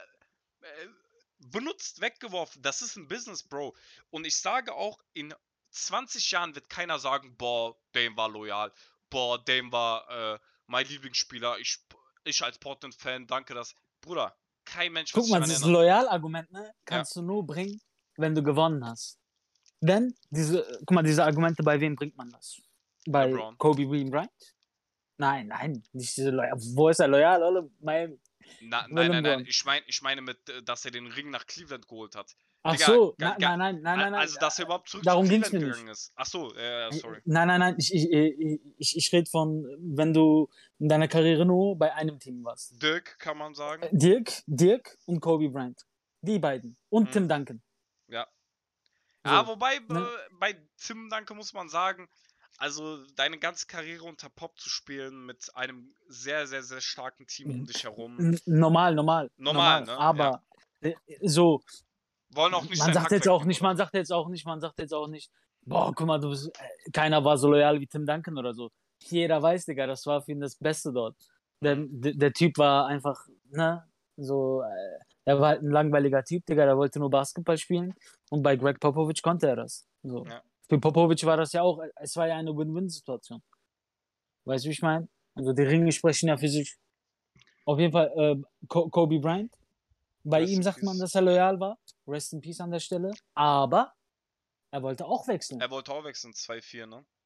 äh, benutzt, weggeworfen. Das ist ein Business, Bro. Und ich sage auch, in zwanzig Jahren wird keiner sagen, boah, Dame war loyal. Boah, Dame war äh, mein Lieblingsspieler. Ich, ich als Portland-Fan, danke das. Bruder, kein Mensch wird guck sich mal, daran dieses erinnern. Loyal-Argument, ne, Ja, kannst du nur bringen, wenn du gewonnen hast. Denn diese, guck mal, diese Argumente, bei wem bringt man das? Bei LeBron. Kobe Bean Bryant? Nein, nein, nicht diese Loyal. Wo ist er loyal? Alle Miami. Na, Oder nein, nein, nein. LeBron. Ich meine, ich meine mit, äh, dass er den Ring nach Cleveland geholt hat. Ach Digga, so, ga, nein, ga, nein, nein, nein, a- nein, nein. also dass er überhaupt zurück zu Darum ging's Cleveland mir nicht. gegangen ist. Ach so, äh, sorry. Nein, nein, nein, ich, ich, ich, ich, ich rede von, wenn du in deiner Karriere nur bei einem Team warst. Dirk, kann man sagen. Dirk, Dirk und Kobe Bryant. Die beiden. Und Hm, Tim Duncan. ja. Ja, So. wobei, Ne? äh, bei Tim Danke muss man sagen, also deine ganze Karriere unter Pop zu spielen mit einem sehr, sehr, sehr starken Team um dich herum. N- Normal, normal, Normal, normal. ne? Ja. Aber äh, so, Wollen auch nicht man seinen sagt Hack jetzt auch wegnehmen nicht, oder man so. sagt jetzt auch nicht, man sagt jetzt auch nicht, boah, guck mal, du bist, äh, keiner war so loyal wie Tim Duncan oder so. Jeder weiß, Digga, das war für ihn das Beste dort. Der, Hm, der, der Typ war einfach, ne, so, äh, er war halt ein langweiliger Typ, Digga, der wollte nur Basketball spielen und bei Greg Popovich konnte er das. So. ja. Für Popovich war das ja auch, es war ja eine Win-Win-Situation. Weißt du, wie ich meine? Also die Ringe sprechen ja für sich. Auf jeden Fall, äh, Ko- Kobe Bryant. Bei Rest ihm in sagt man, Peace. dass er loyal war. Rest in Peace an der Stelle. Aber er wollte auch wechseln. Er wollte auch wechseln, zwei vier, ne?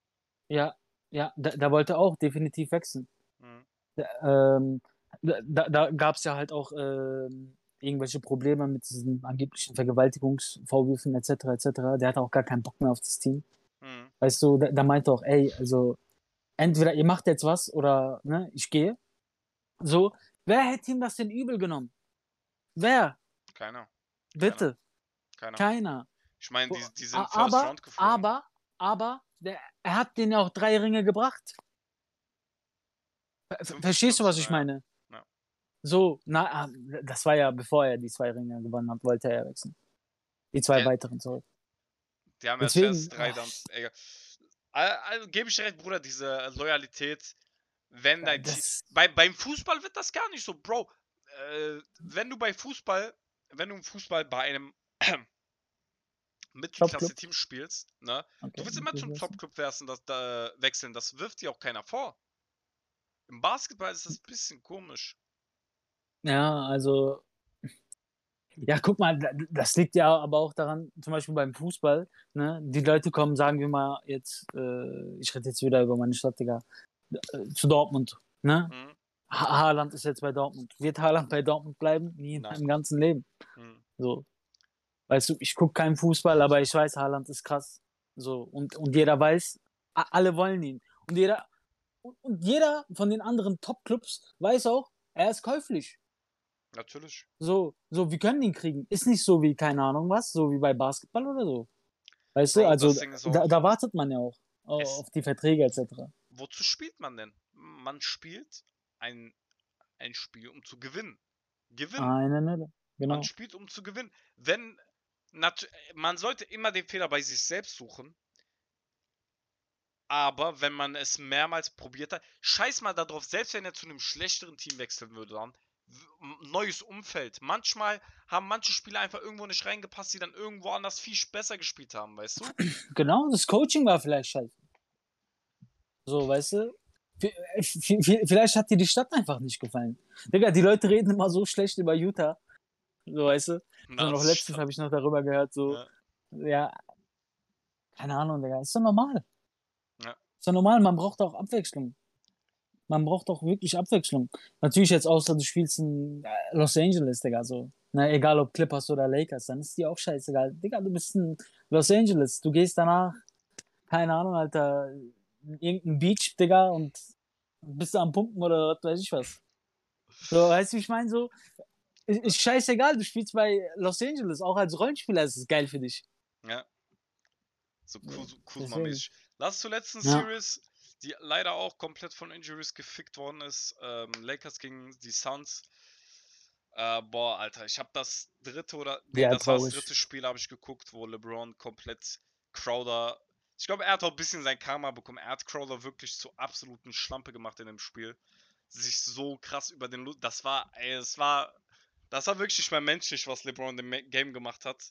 Ja, ja, da, da wollte er auch definitiv wechseln. Mhm. Da, ähm, da, da gab es ja halt auch ähm, irgendwelche Probleme mit diesen angeblichen Vergewaltigungsvorwürfen et cetera et cetera. Der hatte auch gar keinen Bock mehr auf das Team. Mhm. Weißt du, da, da meinte er auch, ey, also entweder ihr macht jetzt was oder ne, ich gehe. So, wer hätte ihm das denn übel genommen? Wer? Keiner. Keiner. Bitte, Keiner. keiner. Ich meine, die, die sind First Aber, Round geflogen. aber, aber, der, er hat denen ja auch drei Ringe gebracht. Ver- Verstehst du, was fünfundvierzig, ich ja, ja. meine? Ja. So, na, ah, das war ja, bevor er die zwei Ringe gewonnen hat, wollte er ja wechseln. Die zwei Die, weiteren, sorry. die haben ja Deswegen, zuerst drei, ach, dann. Egal. Also, gebe ich dir recht, Bruder, diese Loyalität, wenn dein Team. das Bei, beim Fußball wird das gar nicht so, Bro. Äh, wenn du bei Fußball, wenn du im Fußball bei einem Top-Club. Mittelklasse-Team spielst, ne, du Okay, willst immer zum Mittelklasse. Top-Club wechseln, das, da, wechseln, das wirft dir auch keiner vor. Im Basketball ist das ein bisschen komisch. Ja, also, ja, guck mal, da- das liegt ja aber auch daran, zum Beispiel beim Fußball, ne, die Leute kommen, sagen wir mal jetzt, äh, ich rede jetzt wieder über meine Stadt, Digga, äh, zu Dortmund, ne? Mhm. Ha Haaland ist jetzt bei Dortmund. Wird Haaland bei Dortmund bleiben? Nie in Nein. meinem ganzen Leben. Mhm. So, weißt du, ich gucke keinen Fußball, aber ich weiß, Haaland ist krass. So, und, und jeder weiß, a- alle wollen ihn. Und jeder, und, und jeder von den anderen Top-Clubs weiß auch, er ist käuflich. Natürlich. So, so, wir können ihn kriegen. Ist nicht so wie, keine Ahnung was, so wie bei Basketball oder so. Weißt du, Bro, also das Ding ist da, auch, da wartet man ja auch es, auf die Verträge et cetera. wozu spielt man denn? Man spielt ein, ein Spiel, um zu gewinnen. Gewinnen. Eine Nelle. Man Genau. spielt, um zu gewinnen. Wenn, nat man sollte immer den Fehler bei sich selbst suchen, aber wenn man es mehrmals probiert hat, scheiß mal darauf, selbst wenn er zu einem schlechteren Team wechseln würde, dann w- neues Umfeld. Manchmal haben manche Spieler einfach irgendwo nicht reingepasst, die dann irgendwo anders viel besser gespielt haben, weißt du? Genau, das Coaching war vielleicht scheiße. So, weißt du? V- v- v- Vielleicht hat dir die Stadt einfach nicht gefallen. Digga, die Leute reden immer so schlecht über Utah. So, weißt du? So, noch letztens Nazi-Stadt. habe ich noch darüber gehört, so, Ja, ja, keine Ahnung, Digga. Ist doch normal. ja. Ist doch normal, man braucht auch Abwechslung. Man braucht auch wirklich Abwechslung. Natürlich jetzt außer du spielst in äh, Los Angeles, Digga, so. Na, egal ob Clippers oder Lakers, dann ist dir auch scheißegal. Digga, du bist in Los Angeles. Du gehst danach, keine Ahnung, Alter, in irgendein Beach, Digga, und bist du am Pumpen oder was weiß ich was. So, weißt du, wie ich meine? So, ist, ist scheißegal, du spielst bei Los Angeles, auch als Rollenspieler ist es geil für dich. Ja, so So, Kuz- deswegen. Kuzma-mäßig. Lass zur letzten Ja, Series, die leider auch komplett von Injuries gefickt worden ist. Ähm, Lakers gegen die Suns. Äh, boah, Alter, ich habe das dritte oder. Nee, ja, das war das traurig. dritte Spiel, habe ich geguckt, wo LeBron komplett Crowder. Ich glaube, er hat auch ein bisschen sein Karma bekommen. Er hat Crowder wirklich zur absoluten Schlampe gemacht in dem Spiel. Sich so krass über den. Lu das war, ey, es war. Das war wirklich nicht mehr menschlich, was LeBron im Ma- Game gemacht hat.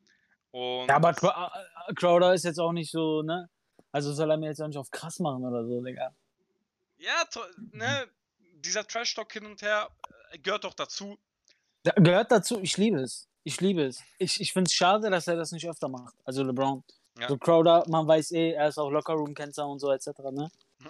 Ja, Und aber Crow- äh, äh, Crowder ist jetzt auch nicht so, ne? Also soll er mir jetzt auch nicht auf krass machen oder so, Digga. ja, to- ne, dieser Trash-Talk hin und her äh, gehört doch dazu. Da- Gehört dazu, ich liebe es. Ich liebe es. Ich, ich finde es schade, dass er das nicht öfter macht. Also LeBron. Ja. So Crowder, man weiß eh, er ist auch Lockerroom-Kenner und so et cetera, ne?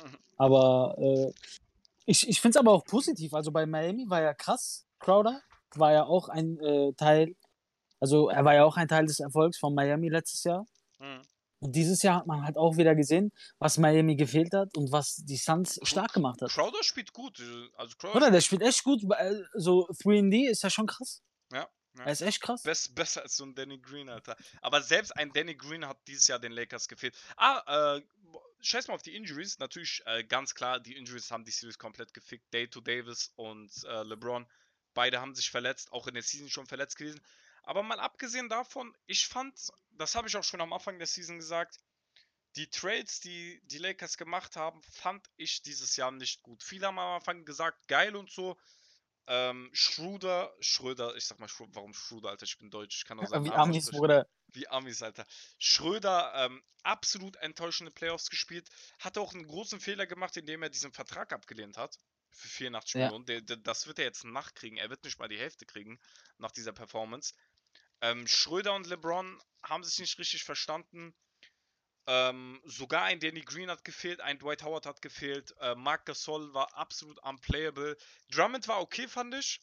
Aber äh, ich, ich finde es aber auch positiv. Also bei Miami war ja krass. Crowder war ja auch ein äh, Teil, also er war ja auch ein Teil des Erfolgs von Miami letztes Jahr. Mhm. Und dieses Jahr hat man halt auch wieder gesehen, was Miami gefehlt hat und was die Suns stark gemacht hat. Crowder spielt gut. äh, Also Crowder Oder der spielt. spielt echt gut. äh, So drei D ist ja schon krass. Ja, ja. Er ist echt krass. Best, besser als so ein Danny Green, Alter. Aber selbst ein Danny Green hat dieses Jahr den Lakers gefehlt. Ah, äh, scheiß mal auf die Injuries. Natürlich, äh, ganz klar, die Injuries haben die Series komplett gefickt. Day to Davis und äh, LeBron. Beide haben sich verletzt, auch in der Season schon verletzt gewesen. Aber mal abgesehen davon, ich fand, das habe ich auch schon am Anfang der Season gesagt, die Trades, die die Lakers gemacht haben, fand ich dieses Jahr nicht gut. Viele haben am Anfang gesagt, geil und so. Ähm, Schroeder, Schröder, ich sag mal, Schro warum Schroeder, Alter, ich bin deutsch, ich kann auch seinen Wie Namen nicht Amis, sprechen. Bruder. Wie Amis, Alter. Schröder, ähm, absolut enttäuschende Playoffs gespielt, hatte auch einen großen Fehler gemacht, indem er diesen Vertrag abgelehnt hat. Für vierundachtzig Ja. Millionen. Der, der, das wird er jetzt nachkriegen. Er wird nicht mal die Hälfte kriegen nach dieser Performance. Ähm, Schröder und LeBron haben sich nicht richtig verstanden. Ähm, sogar ein Danny Green hat gefehlt, ein Dwight Howard hat gefehlt, äh, Marc Gasol war absolut unplayable. Drummond war okay, fand ich.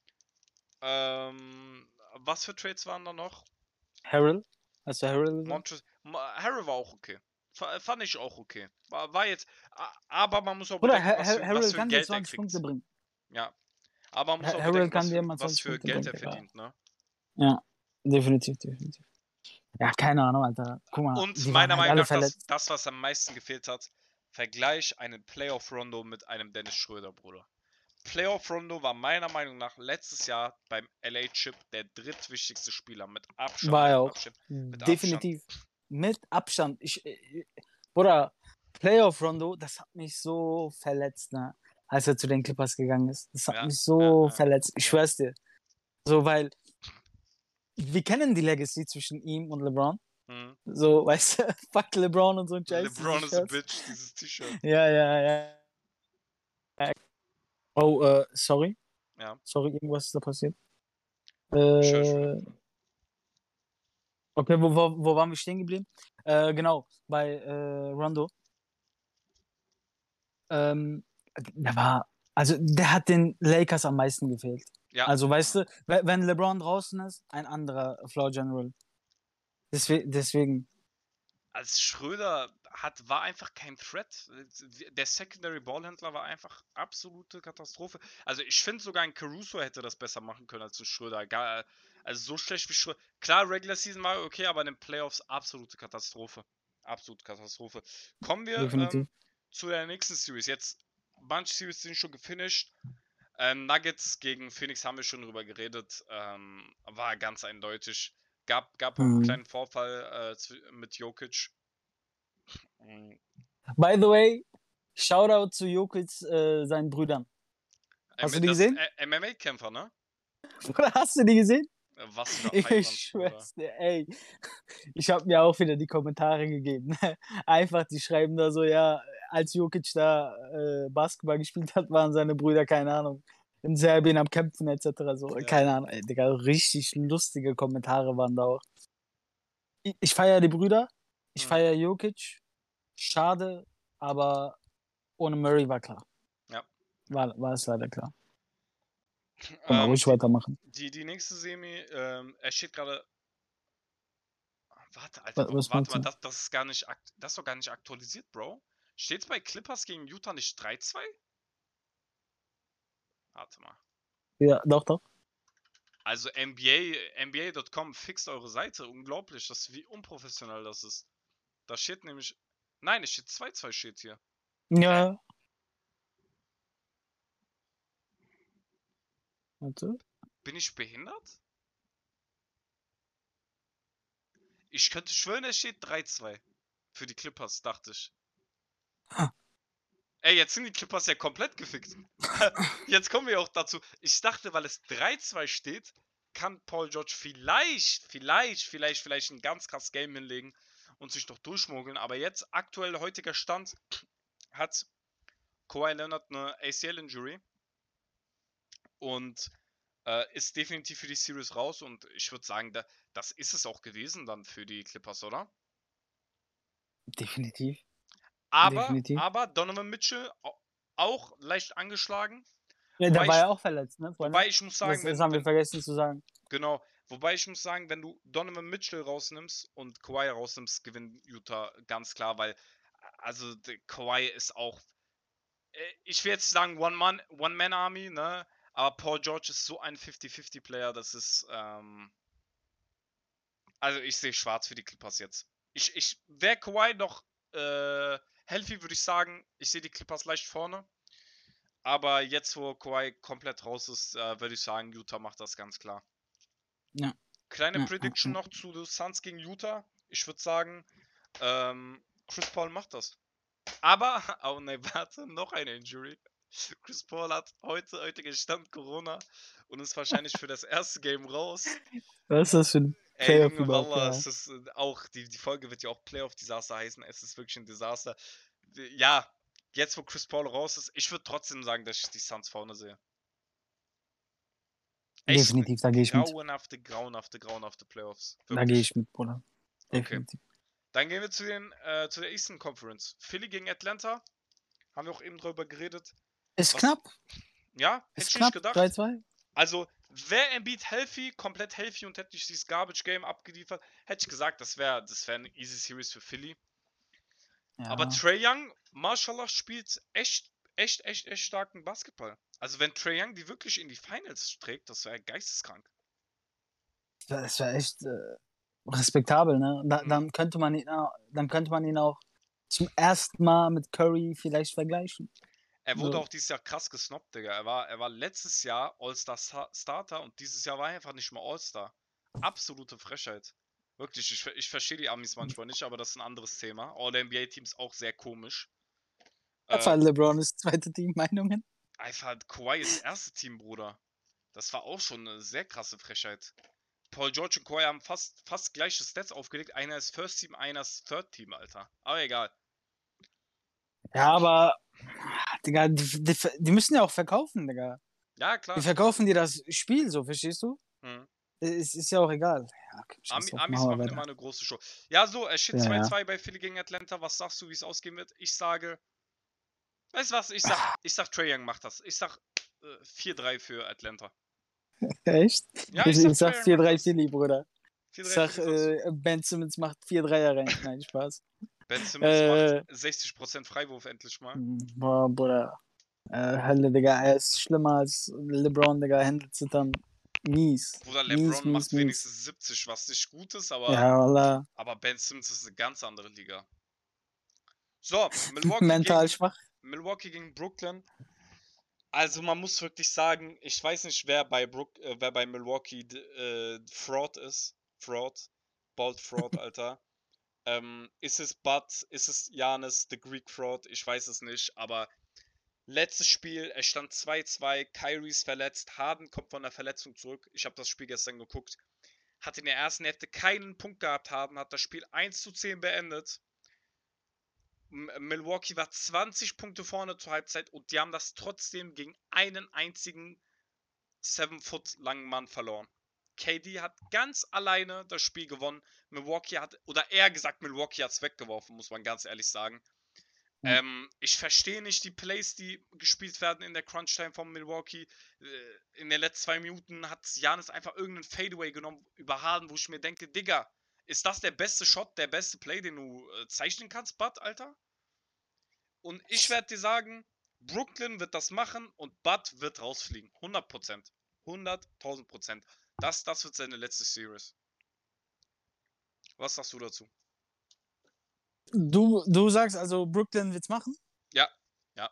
Ähm, was für Trades waren da noch? Harrell? Hast du Harrell gesagt? Montres Harrell war auch okay. F fand ich auch okay. War, war jetzt. Aber man muss auch Oder bedenken, Har was Har für, was Harrell für ein kann dir Geld er zwanzig Punkte kriegt. bringen. Ja. Aber man muss Har auch Harrell bedenken, was kann dir für, mal was zwanzig für Punkte Geld bringen, er Digga. verdient, ne? Ja, definitiv, definitiv. Ja, keine Ahnung, Alter. Guck mal, Und die waren meiner halt Meinung alle nach, das, verletzt. das, was am meisten gefehlt hat, vergleich einen Playoff-Rondo mit einem Dennis Schröder, Bruder. Playoff-Rondo war meiner Meinung nach letztes Jahr beim L A-Chip der drittwichtigste Spieler. Mit Abstand, War mit er auch. Abstand, mit Abstand. Definitiv. Mit Abstand. Ich, ich, oder Playoff Rondo, das hat mich so verletzt, ne? Als er zu den Clippers gegangen ist. Das hat Ja, mich ja, so ja, verletzt. Ich ja. schwör's dir. So, weil wir kennen die Legacy zwischen ihm und LeBron. Mhm. So, weißt du, fuck LeBron und so ein Scheiß. LeBron diese is a Shirts. bitch, dieses T-Shirt. Ja, ja, ja. Oh, äh, sorry. Ja, Sorry, irgendwas ist da passiert. ich höre schon. Äh, okay, wo, wo, wo waren wir stehen geblieben? Äh, genau, bei äh, Rondo. Ähm, der war, also der hat den Lakers am meisten gefehlt. Ja, Also weißt du, we- wenn LeBron draußen ist, ein anderer Floor General. Deswegen, deswegen. als Schröder hat, war einfach kein Threat. Der Secondary Ballhändler war einfach absolute Katastrophe. Also ich finde sogar ein Caruso hätte das besser machen können als ein Schröder. Gar, also so schlecht wie Schröder. Klar, Regular Season war okay, aber in den Playoffs absolute Katastrophe. Absolute Katastrophe. Kommen wir Definitiv. ähm, zu der nächsten Series. Jetzt, Bunch Series sind schon gefinisht. Ähm, Nuggets gegen Phoenix haben wir schon drüber geredet. Ähm, war ganz eindeutig. Gab, gab auch einen Hm. kleinen Vorfall äh, mit Jokic. Mhm. By the way, Shoutout zu Jokic, äh, seinen Brüdern. Hast du die Das ist gesehen? M M A-Kämpfer, ne? Oder hast du die gesehen? Was für Ich Heiland, Bruder. schwör's dir, ey. Ich habe mir auch wieder die Kommentare gegeben. Einfach, die schreiben da so, ja, als Jokic da äh, Basketball gespielt hat, waren seine Brüder, keine Ahnung, in Serbien am Kämpfen et cetera. So, Ja. keine Ahnung, ey, Digga, richtig lustige Kommentare waren da auch. Ich, ich feiere die Brüder, ich Mhm. feiere Jokic. Schade, aber ohne Murray war klar. Ja. War, war es leider klar. Können wir Ähm, ruhig die, weitermachen. die, die nächste Semi, ähm, er steht gerade. Warte, Alter, Was, wa- was warte meinst mal, du? das, das ist gar nicht akt das ist doch gar nicht aktualisiert, Bro. Steht's bei Clippers gegen Utah nicht drei zwei? Warte mal. Ja, doch, doch. Also N B A, N B A Punkt com fixt eure Seite. Unglaublich, das, wie unprofessionell das ist. Da steht nämlich. Nein, es steht zwei zwei steht hier. Hä? Ja. Warte. Bin ich behindert? Ich könnte schwören, es steht drei zwei. Für die Clippers, dachte ich. Ey, jetzt sind die Clippers ja komplett gefickt. Jetzt kommen wir auch dazu. Ich dachte, weil es drei zwei steht, kann Paul George vielleicht, vielleicht, vielleicht, vielleicht ein ganz krasses Game hinlegen und sich doch durchmogeln. Aber jetzt, aktuell heutiger Stand, hat Kawhi Leonard eine A C L-Injury und äh, ist definitiv für die Series raus. Und ich würde sagen, da, das ist es auch gewesen dann für die Clippers, oder? Definitiv. Aber, Definitiv. aber Donovan Mitchell auch leicht angeschlagen. Ja, Wobei da war ich, er auch verletzt, ne, Freunde? wobei ich muss Das, sagen, das wenn, haben wir wenn, vergessen zu sagen. genau, wobei ich muss sagen, wenn du Donovan Mitchell rausnimmst und Kawhi rausnimmst, gewinnt Utah ganz klar, weil, also Kawhi ist auch, ich will jetzt sagen One-Man, One-Man-Army, ne, aber Paul George ist so ein fünfzig fünfzig Player, das ist, ähm, also ich sehe schwarz für die Clippers jetzt. Ich, ich, wäre Kawhi noch äh, healthy, würde ich sagen, ich sehe die Clippers leicht vorne. Aber jetzt, wo Kawhi komplett raus ist, äh, würde ich sagen, Utah macht das ganz klar. Ja. Kleine Ja, Prediction ja. noch zu den Suns gegen Utah. Ich würde sagen, ähm, Chris Paul macht das. Aber, oh ne, warte, noch eine Injury. Chris Paul hat heute, heute gestand Corona und ist wahrscheinlich für das erste Game raus. Was ist das für ein Ey, Playoff Junge, überhaupt? Wallah, Ja. es ist äh, auch, die, die Folge wird ja auch Playoff-Desaster heißen. Es ist wirklich ein Desaster. Ja, jetzt wo Chris Paul raus ist, ich würde trotzdem sagen, dass ich die Suns vorne sehe. Echt Definitiv, da gehe ich mit. grauenhafte, grauenhafte, grauenhafte Playoffs. Da gehe Wirklich. ich mit, Bruder. Okay. Definitiv. Dann gehen wir zu, den, äh, zu der Eastern Conference. Philly gegen Atlanta. Haben wir auch eben drüber geredet. Ist Was, knapp. ja, hätte Ist ich nicht knapp. gedacht. drei zwei. Also, wäre Embiid healthy, komplett healthy und hätte nicht dieses Garbage-Game abgeliefert, hätte ich gesagt, das wäre das wär eine easy Series für Philly. Ja. Aber Trae Young, Mashallah, spielt echt, echt, echt, echt starken Basketball. Also, wenn Trae Young die wirklich in die Finals trägt, das wäre geisteskrank. Das wäre echt äh, respektabel, ne? Da, Mhm. dann könnte man ihn auch, dann könnte man ihn auch zum ersten Mal mit Curry vielleicht vergleichen. Er wurde So. auch dieses Jahr krass gesnobbt, Digga. Er war, er war letztes Jahr All-Star-Starter und dieses Jahr war er einfach nicht mehr All-Star. Absolute Frechheit. Wirklich, ich, ich verstehe die Amis manchmal nicht, aber das ist ein anderes Thema. All-N B A-Teams auch sehr komisch. Äh, Einfach LeBron ist zweite Team Meinungen. einfach Kawhi ist erste Team, Bruder. Das war auch schon eine sehr krasse Frechheit. Paul George und Kawhi haben fast, fast gleiche Stats aufgelegt. Einer ist First Team, einer ist Third Team, Alter. Aber egal. Ja, aber Digga, die, die, die müssen ja auch verkaufen, Digga. Ja, Die klar. verkaufen dir das Spiel so, verstehst du? Hm. Es ist ja auch egal. Ja, okay, Ami, scheiß drauf, Amis machen wir machen weiter. immer eine große Show. Ja, so, es steht Ja, zwei ja. zwei bei Philly gegen Atlanta. Was sagst du, wie es ausgehen wird? Ich sage. Weißt du was? Ich sag, ich sag, Trae Young macht das. Ich sag äh, vier drei für Atlanta. Echt? Ja, Ich, ich sag, ich sag Trae Young vier macht drei das. Philly, Bruder. vier Ich drei sag, Philly sagst du. äh, Ben Simmons macht vier Dreier rein. Nein, Spaß. Ben Simmons macht Äh, sechzig Prozent Freiwurf endlich mal. boah, Bruder. Äh, Hölle, Digga. Er ist schlimmer als LeBron, Digga. Hände zittern. Mies. Bruder, Mies, LeBron mies, macht mies. wenigstens siebzig, was nicht gut ist, aber, Ja, Wallah. aber Ben Simmons ist eine ganz andere Liga. So, Milwaukee Mental gegen, schwach. Milwaukee gegen Brooklyn. Also man muss wirklich sagen, ich weiß nicht, wer bei Brook, äh, wer bei Milwaukee äh, Fraud ist. Fraud. Bald Fraud, Alter. ähm, ist es Bud? Ist es Janis, the Greek Fraud? Ich weiß es nicht, aber letztes Spiel, es stand zwei zwei, Kyrie ist verletzt, Harden kommt von der Verletzung zurück. Ich habe das Spiel gestern geguckt. Hat in der ersten Hälfte keinen Punkt gehabt, Harden hat das Spiel eins zu zehn beendet. Milwaukee war zwanzig Punkte vorne zur Halbzeit und die haben das trotzdem gegen einen einzigen seven Foot langen Mann verloren. K D hat ganz alleine das Spiel gewonnen. Milwaukee hat, oder eher gesagt, Milwaukee hat es weggeworfen, muss man ganz ehrlich sagen. Ja. Ähm, ich verstehe nicht die Plays, die gespielt werden in der Crunch-Time von Milwaukee. Äh, in den letzten zwei Minuten hat Giannis einfach irgendeinen Fadeaway genommen über Harden, wo ich mir denke, Digga, ist das der beste Shot, der beste Play, den du äh, zeichnen kannst, Bud, Alter? Und ich werde dir sagen, Brooklyn wird das machen und Bud wird rausfliegen. hundert Prozent. hunderttausend Prozent. Das, das wird seine letzte Series. Was sagst du dazu? Du, du sagst also, Brooklyn wird's machen? Ja, ja.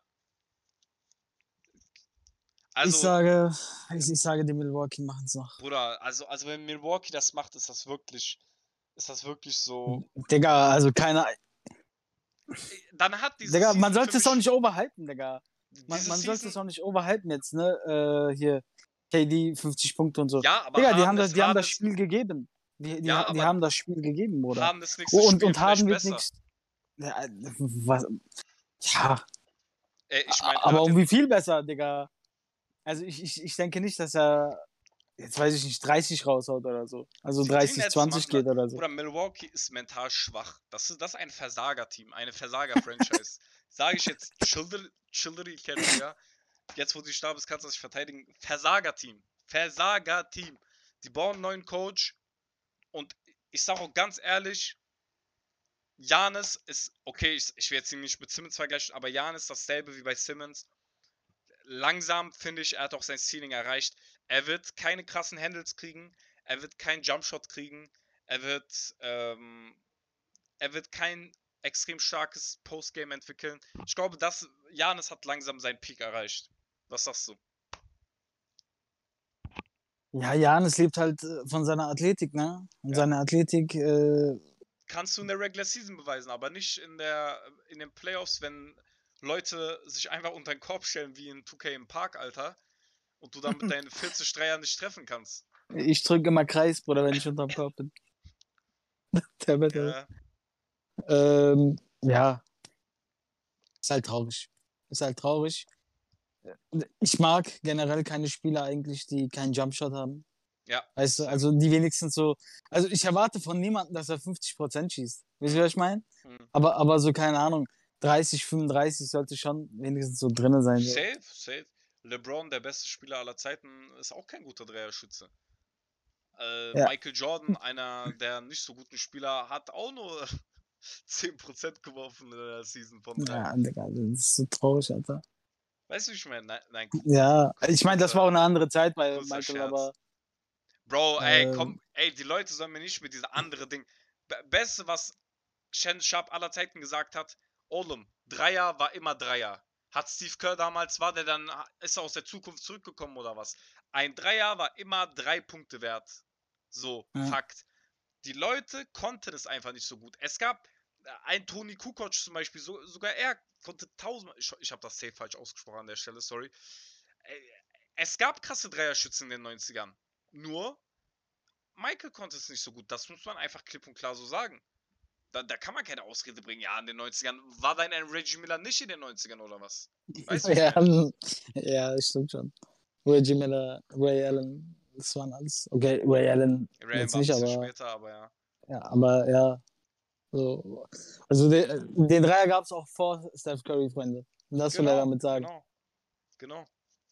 Ich Also, sage, ich, ich sage, die Milwaukee machen es noch. Bruder, also, also wenn Milwaukee das macht, ist das wirklich, ist das wirklich so. Digga, also keine. Dann hat diese Digga, Season man sollte für es auch mich, nicht overhypen, Digga. Man, diese man sollte Season, es auch nicht overhypen jetzt, ne? Äh, hier, K D, fünfzig Punkte und so. ja, aber Digga, die haben Harden das, ist, die haben Harden das ist, Spiel gegeben. Die, die, ja, die aber haben das Spiel gegeben, Bruder. Harden ist nächstes Und, Spiel und Harden vielleicht wird besser. nichts. Ja, was, ja, Ey, ich meine, er aber hat um jetzt, wie viel besser, Digga? Also ich, ich, ich denke nicht, dass er, jetzt weiß ich nicht, dreißig raushaut oder so. Also die Team dreißig, jetzt zwanzig machen das. geht oder so. Bruder, Milwaukee ist mental schwach. Das ist, das ist ein Versager-Team, eine Versager-Franchise. Sage ich jetzt, Children, Children kennen ja. Jetzt, wo du stark bist, kannst du dich verteidigen. Versager-Team. Versager-Team. Die bauen einen neuen Coach. Und ich sage auch ganz ehrlich, Janis ist, okay, ich, ich will jetzt ihn nicht mit Simmons vergleichen, aber Janis ist dasselbe wie bei Simmons. Langsam finde ich, er hat auch sein Ceiling erreicht. Er wird keine krassen Handles kriegen. Er wird keinen Jumpshot kriegen. Er wird, ähm, er wird kein extrem starkes Postgame entwickeln. Ich glaube, dass Janis hat langsam seinen Peak erreicht. Was sagst du? Ja, Janis lebt halt äh, von seiner Athletik, ne? Und Ja. seine Athletik, äh, Kannst du in der Regular Season beweisen, aber nicht in der in den Playoffs, wenn Leute sich einfach unter den Korb stellen wie in zwei K im Park, Alter, und du dann mit deinen vierzig Dreiern nicht treffen kannst. ich drücke immer Kreis, Bruder, wenn ich unterm Korb bin. Der Wetter. Ja, Ähm, ja, ist halt traurig. Ist halt traurig. Ich mag generell keine Spieler eigentlich, die keinen Jumpshot haben. Ja. Weißt du, Safe. also die wenigstens so. Also ich erwarte von niemandem, dass er fünfzig Prozent schießt. Wisst ihr, was ich meine? Mhm. Aber, aber so, keine Ahnung, dreißig, fünfunddreißig sollte schon wenigstens so drin sein. So. Safe, safe. LeBron, der beste Spieler aller Zeiten, ist auch kein guter Dreierschütze. Äh, Ja. Michael Jordan, einer der nicht so guten Spieler, hat auch nur zehn Prozent geworfen in der Season von drei. Ja, Digga, das ist so traurig, Alter. Weißt du, wie ich meine? Nein, nein, Ja, ich meine, das war auch kurzer, eine andere Zeit bei kurzer Michael, Scherz. aber Bro, ey, äh, komm, ey, die Leute sollen mir nicht mit dieser andere Ding. Be- Beste, was Shannon Sharp aller Zeiten gesagt hat, Olem, Dreier war immer Dreier. Hat Steve Kerr damals, war der dann, ist er aus der Zukunft zurückgekommen oder was? Ein Dreier war immer drei Punkte wert. So, ja. Fakt. Die Leute konnten es einfach nicht so gut. Es gab äh, ein Toni Kukoc zum Beispiel, so, sogar er konnte tausendmal, ich, ich habe das safe falsch ausgesprochen an der Stelle, sorry. Äh, Es gab krasse Dreierschützen in den neunzigern. Nur, Michael konnte es nicht so gut. Das muss man einfach klipp und klar so sagen. Da, da kann man keine Ausrede bringen. Ja, in den neunzigern. War dein ein Reggie Miller nicht in den neunzigern oder was? Weißt du, wie ich Ja, meine? ja, stimmt schon. Reggie Miller, Ray Allen, das waren alles. Okay, Ray Allen Ryan jetzt war ein nicht, bisschen aber später, aber ja. ja, aber ja. So. Also den, den Dreier gab es auch vor Steph Curry, Freunde. Das will er Genau, damit sagen. genau, genau.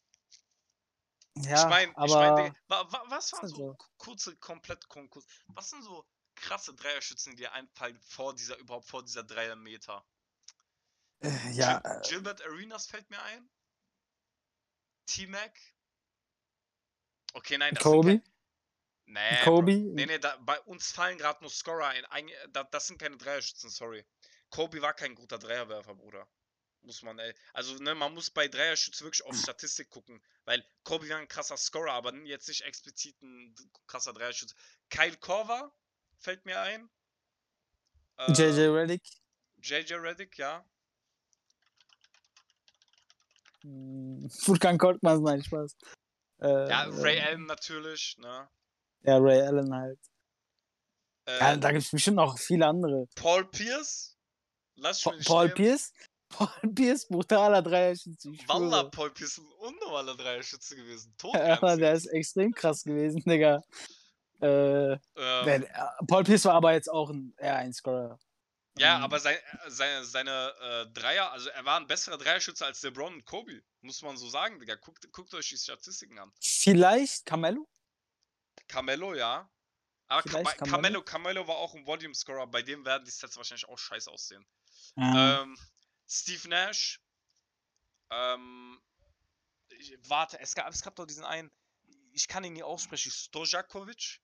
Ich Ja, meine, ich meine, aber wa, wa, was ist waren halt so so. kurze, komplett Konkurs? Was sind so krasse Dreierschützen, die dir einfallen vor dieser, überhaupt vor dieser Dreier-Meter? Äh, Ja, Gil äh, Gilbert Arenas fällt mir ein. T-Mac. Okay, nein, das sind keine. Kobe, Nee, Bro. Kobe, Nee, nee, da, bei uns fallen gerade nur Scorer ein. Ein da, das sind keine Dreierschützen, sorry. Kobe war kein guter Dreierwerfer, Bruder. Muss man, ey. Also, ne, man muss bei Dreierschützen wirklich auf Statistik gucken. Weil Kobe war ein krasser Scorer, aber jetzt nicht explizit ein krasser Dreierschütze. Kyle Korver fällt mir ein. J J Ähm, Redick, J J Redick, ja. hm, Furkan Korkmaz, nein, Spaß. Ja, Äh, Ray Allen natürlich, ne. ja, Ray Allen halt. Ja, Äh, da gibt es bestimmt noch viele andere. Paul Pierce, lass ich Pa mir nicht Paul nehmen. Pierce, Paul Pierce, brutaler Dreierschütze, ich Wallah, schwöre. Paul Pierce ist ein unnormaler Dreierschütze gewesen. Ja, Todernst der ist jetzt. extrem krass gewesen, Digga. Äh, Ähm, der, äh, Paul Pierce war aber jetzt auch ein, eher ein Scorer. ja, aber Ähm, sein, seine, seine äh, Dreier, also er war ein besserer Dreierschütze als LeBron und Kobe. Muss man so sagen, Digga. Guckt, guckt euch die Statistiken an. vielleicht Carmelo? Carmelo, ja. Aber Ca- bei Vielleicht Carmelo? Carmelo, Carmelo war auch ein Volume Scorer. Bei dem werden die Stats wahrscheinlich auch scheiße aussehen. Ja. Ähm, Steve Nash. Ähm, ich, warte, es gab, es gab doch diesen einen. Ich kann ihn nie aussprechen. Stojakovic.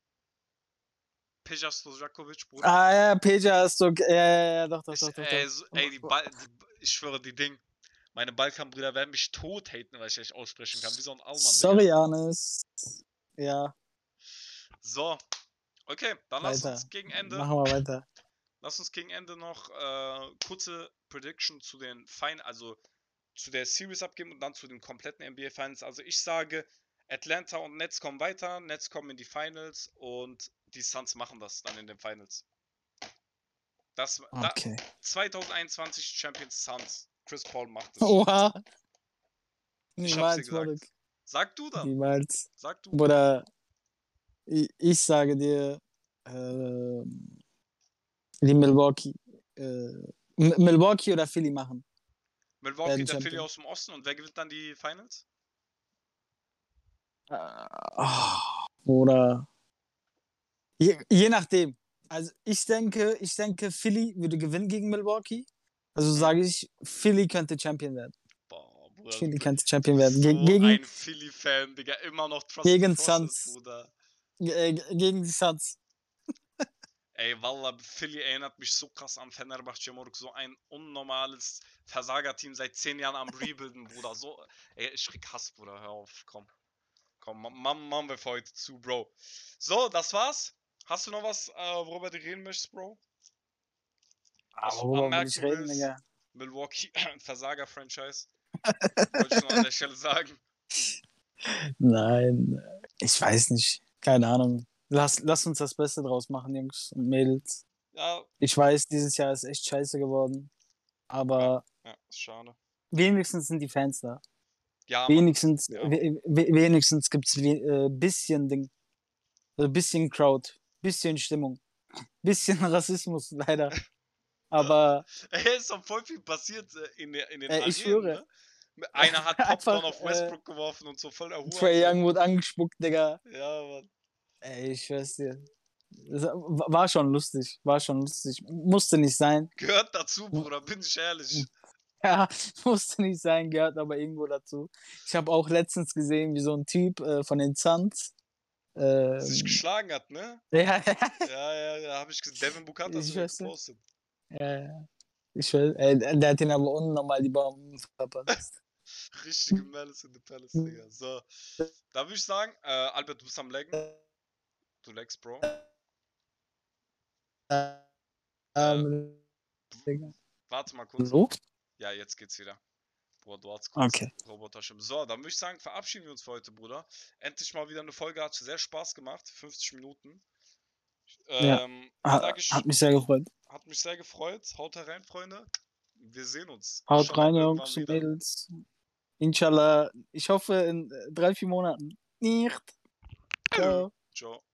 Peja Stojakovic, Bruder. Ah ja, Peja ist so. Ja, ja, ja, doch, doch, Ich, doch, doch, ey, so, ey die doch. Ball, die, ich schwöre, die Ding. Meine Balkanbrüder werden mich tot haten, weil ich nicht aussprechen kann. Wie so ein Allmann, Digga. Sorry, Anis. Ja, So, okay, dann lass weiter. uns gegen Ende, Machen wir weiter. lass uns gegen Ende noch äh, kurze Prediction zu den Final, also zu der Series abgeben und dann zu den kompletten N B A Finals. Also ich sage, Atlanta und Nets kommen weiter, Nets kommen in die Finals und die Suns machen das dann in den Finals. Das, da, Okay. zwanzig einundzwanzig Champions Suns. Chris Paul macht es. Oha, Ich hab's dir niemals, gesagt. Modek. Sag du dann. Niemals. Sag du. Bruder, ich, ich sage dir, äh, die Milwaukee. Äh, M- Milwaukee oder Philly machen. Milwaukee, Werden der Philly Champion. aus dem Osten und wer gewinnt dann die Finals? Äh, oh, Bruder. Je, je nachdem. Also ich denke, ich denke, Philly würde gewinnen gegen Milwaukee. Also Mhm. sage ich, Philly könnte Champion werden. Boah, Bruder, Philly du, könnte du Champion werden. bist Ge so gegen, ein Philly-Fan, Digga. Immer noch Trust the gegen Process, Suns. Bruder. Ge- äh, gegen die Suns. Ey, Wallah, Philly erinnert mich so krass an Fenerbahce Morg. So ein unnormales Versagerteam seit zehn Jahren am Rebuilden, Bruder. So, ey, ich krieg Hass, Bruder. Hör auf, komm. Komm, machen mach wir für heute zu, Bro. So, das war's. Hast du noch was, äh, worüber du reden möchtest, Bro? Aber Was du worüber will ich anmerken reden, willst? Digga? Milwaukee, Versager-Franchise. Wollte ich nur an der Stelle sagen. Nein, ich weiß nicht. Keine Ahnung. Lass, lass uns das Beste draus machen, Jungs und Mädels. Ja, Ich weiß, dieses Jahr ist echt scheiße geworden. ja, Aber ja, ist schade. wenigstens sind die Fans da. Ja, Mann. Wenigstens, Ja, Mann. we, we, wenigstens gibt es ein äh, bisschen Ding. Also ein bisschen Crowd, bisschen Stimmung, bisschen Rassismus leider. Aber Ey, ist doch voll viel passiert äh, in, der, in den äh, ich Arenen, schwöre, ne? Einer hat einfach Popcorn auf äh, Westbrook geworfen und so voll der Trae Hurensohn. Young wurde angespuckt, Digga. Ja, Mann. Ey, ich schwör's dir. Das war schon lustig, war schon lustig. Musste nicht sein. Gehört dazu, Bruder, bin ich ehrlich. Ja, musste nicht sein, gehört aber irgendwo dazu. Ich habe auch letztens gesehen, wie so ein Typ äh, von den Suns. Sich Ähm, geschlagen hat, ne? ja, Ja, ja, ja, hab ich gesehen. Devin Booker hat das ich sogar schwör's dir. gepostet. Ja, ja. Ich schwör, ey, der hat ihn aber unnormal die Bomben verpasst. Richtige Malice in the Palace, Digga. So, da würde ich sagen, äh, Albert, du bist am Laggen. Du lagst, Bro. Äh, Ähm, Digga. warte mal kurz. So? Ja, jetzt geht's wieder. Bruder, du hast kurz Okay. Roboterstimme. So, dann würde ich sagen, verabschieden wir uns für heute, Bruder. Endlich mal wieder eine Folge, hat sehr Spaß gemacht. fünfzig Minuten. Ja, Ähm, ha- sag ich, hat mich sehr gefreut. hat mich sehr gefreut. Haut rein, Freunde. Wir sehen uns. Haut Inshallah rein, irgendwann Jungs und wieder. Mädels. Inshallah, ich hoffe in äh, drei, vier Monaten. Nicht. Ciao. Ciao.